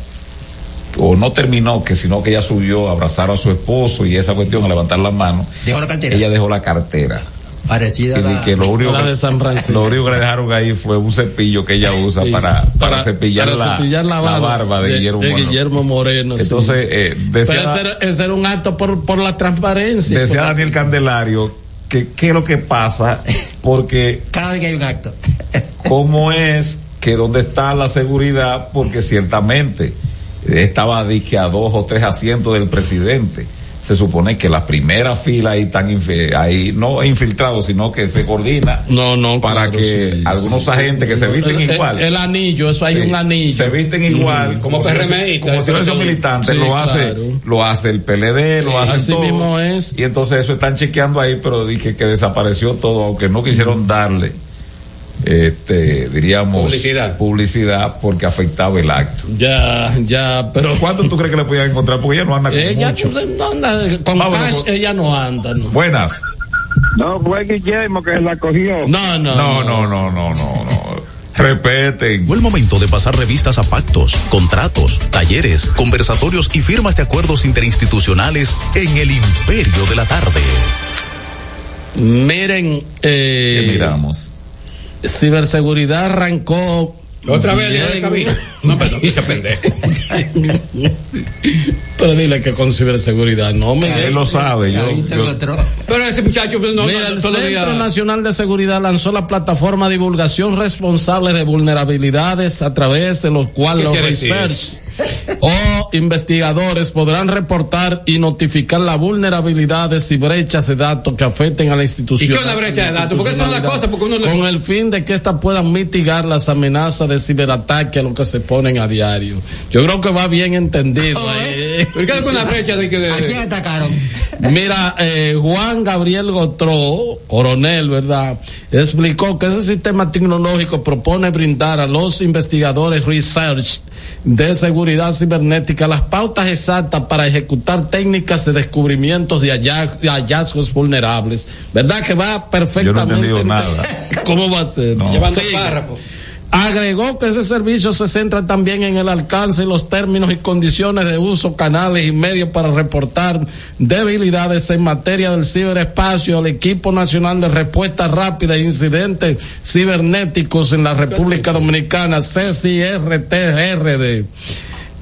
S1: o no terminó, que sino que ella subió a abrazar a su esposo y esa cuestión, a levantar las manos,
S4: Dejó la cartera.
S1: ella dejó la cartera.
S4: Parecida a
S1: Y
S4: la,
S1: que lo único
S2: la
S1: que,
S2: de San Francisco.
S1: lo único que le dejaron ahí fue un cepillo que ella usa
S2: Sí,
S1: para, para,
S2: para-
S1: cepillar,
S2: para
S1: la,
S2: cepillar la
S1: la
S2: barba
S1: barba de,
S2: de-
S1: Guillermo,
S2: de
S1: Moreno.
S2: Guillermo Moreno, sí.
S1: Entonces, eh, decía,
S2: Pero ese era, ese era un acto por, por la transparencia.
S1: decía
S2: por-
S1: Daniel Candelario que qué es lo que pasa, porque
S4: cada vez que hay un acto.
S1: cómo es que dónde está la seguridad, porque ciertamente eh, estaba de que a dos o tres asientos del presidente. Se supone que la primera fila ahí están infi- ahí no infiltrados, sino que se coordina
S2: no, no,
S1: para
S2: claro,
S1: que
S2: sí,
S1: algunos
S2: sí.
S1: agentes que se visten
S2: El- el-
S1: igual.
S2: El, anillo, eso hay
S1: Sí,
S2: un anillo.
S1: se visten igual,
S2: Mm.
S1: como,
S15: Como
S1: si fuese-
S15: PRMista,
S1: como si fuesen
S15: sí,
S1: militantes, lo hace,
S2: claro.
S1: lo hace el P L D, lo
S2: Sí,
S1: hacen
S2: así
S1: todos.
S2: mismo es.
S1: Y entonces eso están chequeando ahí, pero dije que desapareció todo, aunque no quisieron darle, este, diríamos,
S15: Publicidad.
S1: publicidad porque afectaba el acto.
S2: Ya, ya, pero.
S1: ¿Cuánto tú crees que le podían encontrar? Porque ella no anda con
S2: Ella
S1: mucho.
S2: no, no anda, con
S1: Vámonos,
S2: cash
S1: por-
S2: ella no anda, no.
S1: Buenas.
S7: No fue Guillermo que la cogió.
S2: No, no.
S1: No, no, no, no, no, no. Repeten.
S19: Fue el momento de pasar revistas a pactos, contratos, talleres, conversatorios y firmas de acuerdos interinstitucionales en el Imperio de la Tarde.
S2: Miren, eh,
S1: ¿Qué miramos?
S2: ciberseguridad arrancó.
S15: Otra vez
S2: bien.
S15: día de cabina. No, pero no quise aprender.
S2: Pero dile que con ciberseguridad, no, Miguel.
S1: Él lo sabe, yo, yo-
S15: Pero ese muchacho pues, no,
S2: Mira,
S15: no,
S2: el
S15: todos los
S2: Centro
S15: días-
S2: Nacional de Seguridad lanzó la plataforma Divulgación Responsable de Vulnerabilidades, a través de los cuales
S15: ¿Qué
S2: los
S15: quiere decir
S2: research o investigadores podrán reportar y notificar las vulnerabilidades y brechas de datos que afecten a la institución.
S15: ¿Y qué es una brecha de datos? Porque son las cosas, porque uno no-
S2: Con el fin de que éstas puedan mitigar las amenazas de ciberataque a lo que se ponen a diario. Yo creo que va bien entendido. eh.
S15: ¿Por qué hay una brecha de que de-
S4: ¿A quién atacaron?
S2: Mira, eh, Juan Gabriel Gotró, coronel, ¿verdad? Explicó que ese sistema tecnológico propone brindar a los investigadores research de seguridad cibernética las pautas exactas para ejecutar técnicas de descubrimientos de hallazgos, de hallazgos vulnerables. ¿Verdad que va perfectamente?
S1: Yo no he entendido nada.
S2: ¿Cómo va a ser?
S1: No.
S15: llevando
S2: Sí.
S15: párrafos.
S2: Agregó que ese servicio se centra también en el alcance y los términos y condiciones de uso, canales y medios para reportar debilidades en materia del ciberespacio al Equipo Nacional de Respuesta Rápida a Incidentes Cibernéticos en la República Dominicana, C C I R T R D.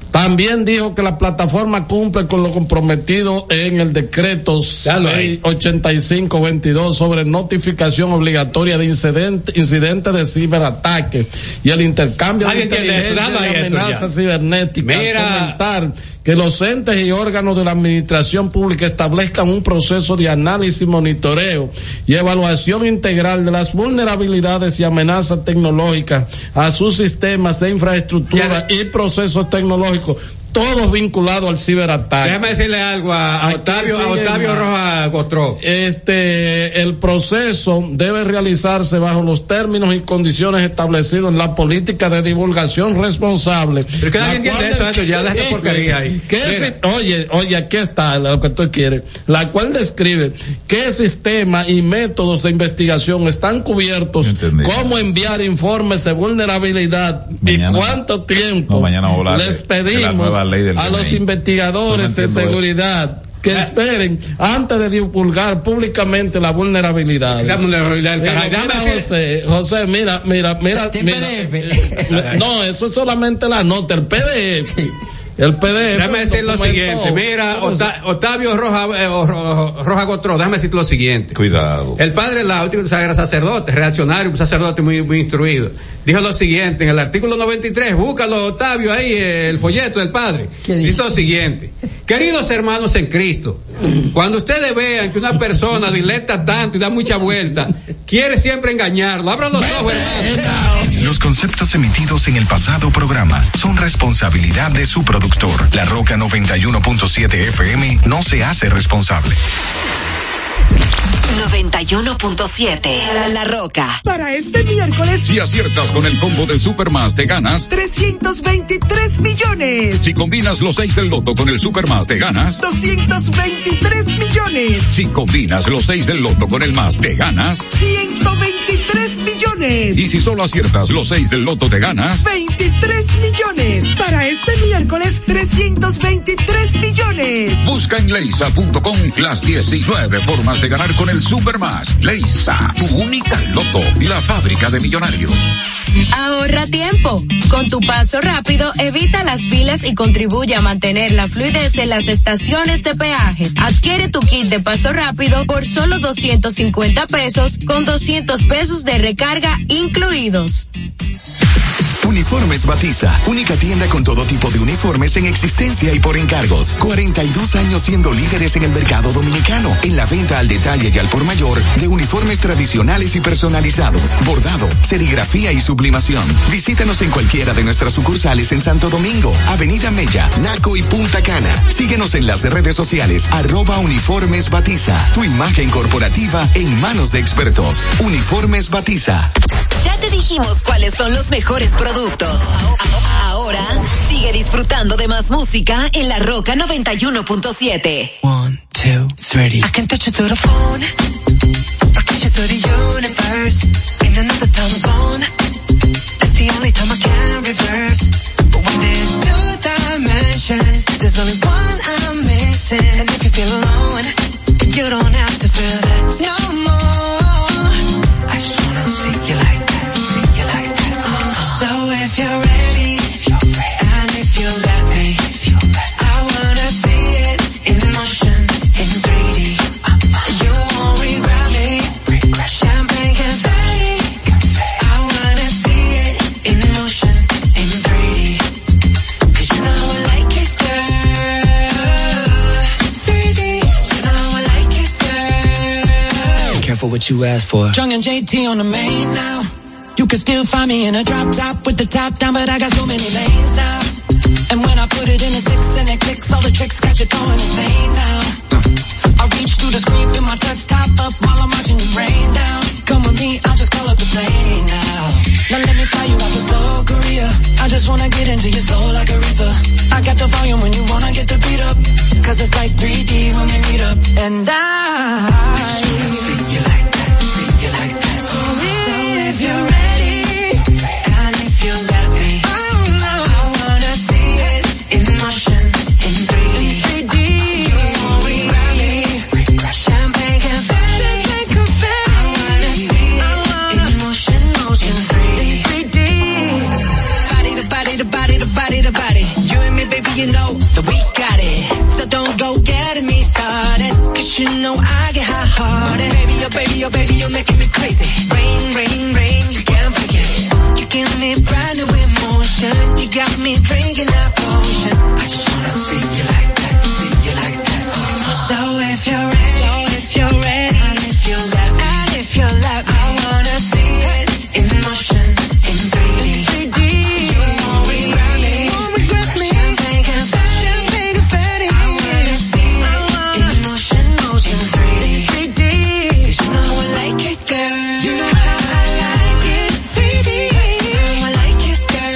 S2: También dijo que la plataforma cumple con lo comprometido en el decreto seiscientos ochenta y cinco veintidós sobre notificación obligatoria de incidente, incidentes de ciberataque y el intercambio de inteligencia y amenazas cibernéticas.
S15: Mira.
S2: Comentar que los entes y órganos de la administración pública establezcan un proceso de análisis, monitoreo y evaluación integral de las vulnerabilidades y amenazas tecnológicas a sus sistemas de infraestructura y procesos tecnológicos, todos vinculados al ciberataque.
S15: Déjame decirle algo a, a Octavio, a Octavio Rojas Gotró.
S2: Este, el proceso debe realizarse bajo los términos y condiciones establecidos en la política de divulgación responsable.
S15: Pero que nadie entiende eso, eso, ya deja esa porquería ahí.
S2: ¿Qué, oye, oye, aquí está lo que tú quieres. La cual describe qué sistemas y métodos de investigación están cubiertos, cómo enviar informes de vulnerabilidad mañana, y cuánto tiempo
S1: no,
S2: les pedimos a los investigadores de seguridad eso. que esperen antes de divulgar públicamente la vulnerabilidad.
S15: La vulnerabilidad del
S2: mira, mira, José, José, mira, mira, mira, mira. No, eso es solamente la nota, el P D F. Sí. El P D F.
S15: Déjame decir lo siguiente. Mira, Octavio Roja, eh, Roja Gotró, déjame decir lo siguiente.
S1: Cuidado.
S15: El padre Lauti, era sacerdote, reaccionario, un sacerdote muy, muy instruido. Dijo lo siguiente, en el artículo noventa y tres, búscalo, Octavio, ahí, el folleto del padre. Dice lo siguiente. Queridos hermanos en Cristo, cuando ustedes vean que una persona dileta tanto y da mucha vuelta, quiere siempre engañarlo, abran los ojos.
S5: Los conceptos emitidos en el pasado programa son responsabilidad de su productor. La Roca noventa y uno punto siete F M no se hace responsable.
S13: noventa y uno punto siete La, La Roca.
S14: Para este miércoles,
S17: si aciertas con el combo de Supermás, te ganas
S14: trescientos veintitrés millones.
S17: Si combinas los seis del loto con el Supermás, te ganas
S14: doscientos veintitrés millones.
S17: Si combinas los seis del loto con el más, te ganas
S14: ciento veintitrés millones.
S17: Y si solo aciertas los seis del loto, te ganas
S14: veintitrés millones. Para este miércoles, trescientos veintitrés millones.
S17: Busca en leisa punto com las diecinueve formas de ganar con el Supermás. Leisa, tu única loto, la fábrica de millonarios.
S24: Ahorra tiempo. Con tu paso rápido, evita las filas y contribuye a mantener la fluidez en las estaciones de peaje. Adquiere tu kit de paso rápido por solo doscientos cincuenta pesos con doscientos pesos de recarga incluidos.
S5: Uniformes Batiza, única tienda con todo tipo de uniformes en existencia y por encargos. cuarenta y dos años siendo líderes en el mercado dominicano, en la venta al detalle y al por mayor de uniformes tradicionales y personalizados, bordado, serigrafía y sublimación. Visítanos en cualquiera de nuestras sucursales en Santo Domingo, Avenida Mella, Naco y Punta Cana. Síguenos en las redes sociales, arroba Uniformes Batiza. Tu imagen corporativa en manos de expertos. Uniformes Batiza.
S13: Ya te dijimos cuáles son los mejores productos. Ahora sigue disfrutando de más música en La Roca noventa y uno punto siete.
S25: One, two, three. I can touch you through the phone, or touch you through the universe, in another time zone. That's the only time I can reverse. But when there's two dimensions, there's only one I'm missing. And if you feel alone, you don't have to feel that no more. I just wanna see you like that, see you like that. So if you're ready, if you're ready, and if you let me, if you let me, I wanna see it in motion, in three D. Uh-uh. You won't regret me, regret. Champagne confetti, confetti. I wanna see it in motion, in three D. Cause you know I like it, girl. three D, you know I like it, girl. Careful what you ask for. Jung and J T on the main now. You can still find me in a drop top with the top down, but I got so many lanes now. And when I put it in a six and it clicks, all the tricks got you going insane now. I reach through the screen, put my desktop up while I'm watching it rain down. Come with me, I'll just call up the plane now. Now let me fly you out to Seoul, Korea. I just wanna get into your soul like a reaper. I got the volume when you wanna get the beat up. Cause it's like three D when we meet up. And I, I just wanna see you like that, see you like that. So, so if you're ready, body to body, you and me, baby. baby, you know that we got it. So don't go getting me started, cause you know I get hot-hearted. Baby, oh baby, oh baby, you're making me crazy. Rain, rain, rain, you can't forget. You give me brand new emotion. You got me drinking that potion. I just wanna see you like that, see you like that. So if you're ready, so if you're ready, and if you love me, and if you love me, I wanna see it in motion, in three D. three D. You won't regret me, won't regret me. Champagne confetti, champagne confetti. I wanna see it in motion, motion, three D. three D. Cause you know I like it, girl. You know how I like it, three D. You know I like it, girl.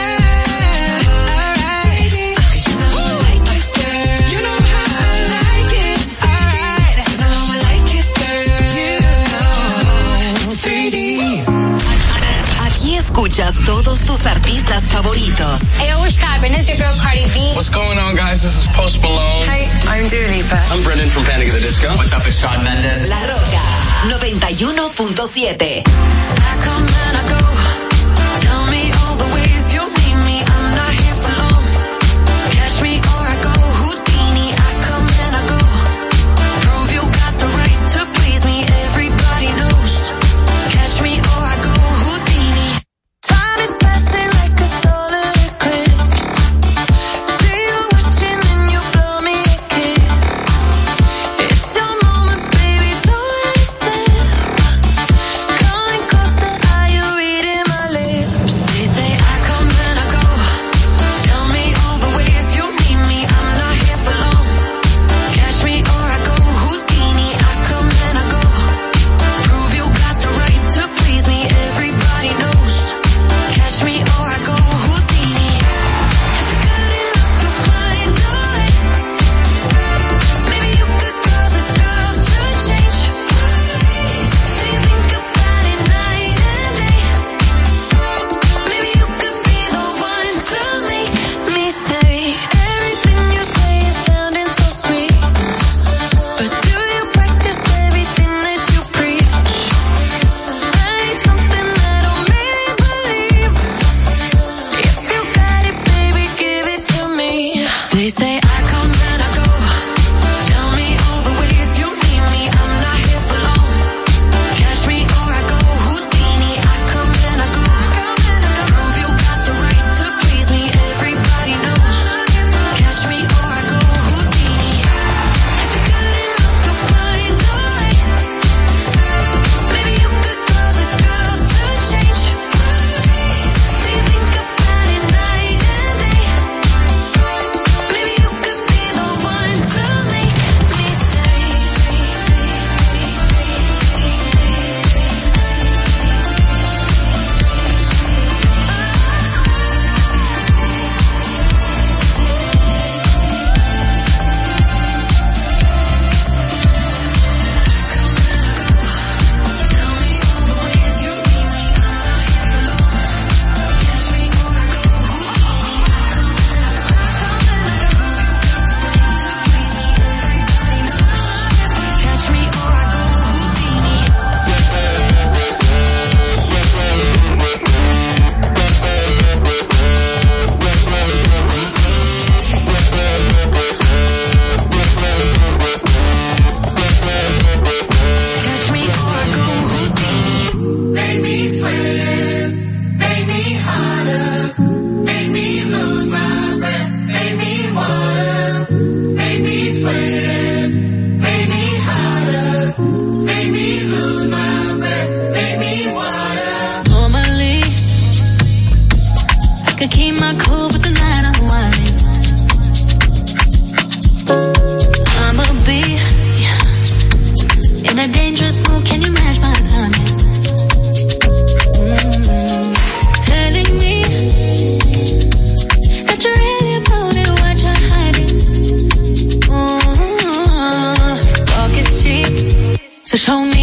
S25: Alright. Cause you know I like it, girl. You know how I like it, alright. You know I like it, girl. You know, three D.
S13: Aquí escuchas todos tus artistas favoritos.
S8: Hey, yo, what's poppin'? It's your girl Cardi B.
S9: What's going on, guys? This is Post Malone.
S8: Hi, I'm Dua Lipa.
S9: I'm Brendan from Panic! At the Disco. What's up? It's Shawn Mendes.
S13: La Roca noventa y uno punto siete.
S8: I come and I go. Tell me all the ways you need me. I'm not here for long. Catch me or I go Houdini. I come and I go. Prove you got the right to please me. Everybody knows. Catch me or I go Houdini. Time is passing like a solar eclipse. See you watching and you blow me a kiss. It's your moment, baby, don't let it slip. Coming closer, are you reading my lips? They say I come and I go. Tell me all the ways you need me. I'm not here for long. Catch me or I go Houdini. I come and I go. Prove you got the right to please me. Everybody knows. Catch me or I go Houdini. If you're good enough to find a way, maybe you could cause a girl to change. Do you think about it night and day? Maybe you could be the one to make me stay. Everything you say is sounding so sweet, but do you practice everything that you preach? I need something that'll make me believe. If you got it, baby, give it to me. They say I come and I go. Tell me all the ways you need me. I'm not here for long. Catch me or I go Houdini. I come and I go. Prove you got the right to please me. Everybody knows. Catch me or I go Houdini. If you're good enough to find a way, maybe you could cause a girl to change. Do you think about it night and day? Maybe you could be the one to make me stay. Catch me or I go Houdini. Catch me or I go Houdini.
S11: Make me sweat, make me hotter, make me lose my breath, make me water, make me sweat, make me hotter, make me lose my breath, make me water.
S24: Normally, I could keep my cool, but tonight I'm whining. I'ma be in a dangerous mood. Can you match my timing? Mm. Telling me that you're really about it, what you're hiding. Mm. Talk is cheap, so show me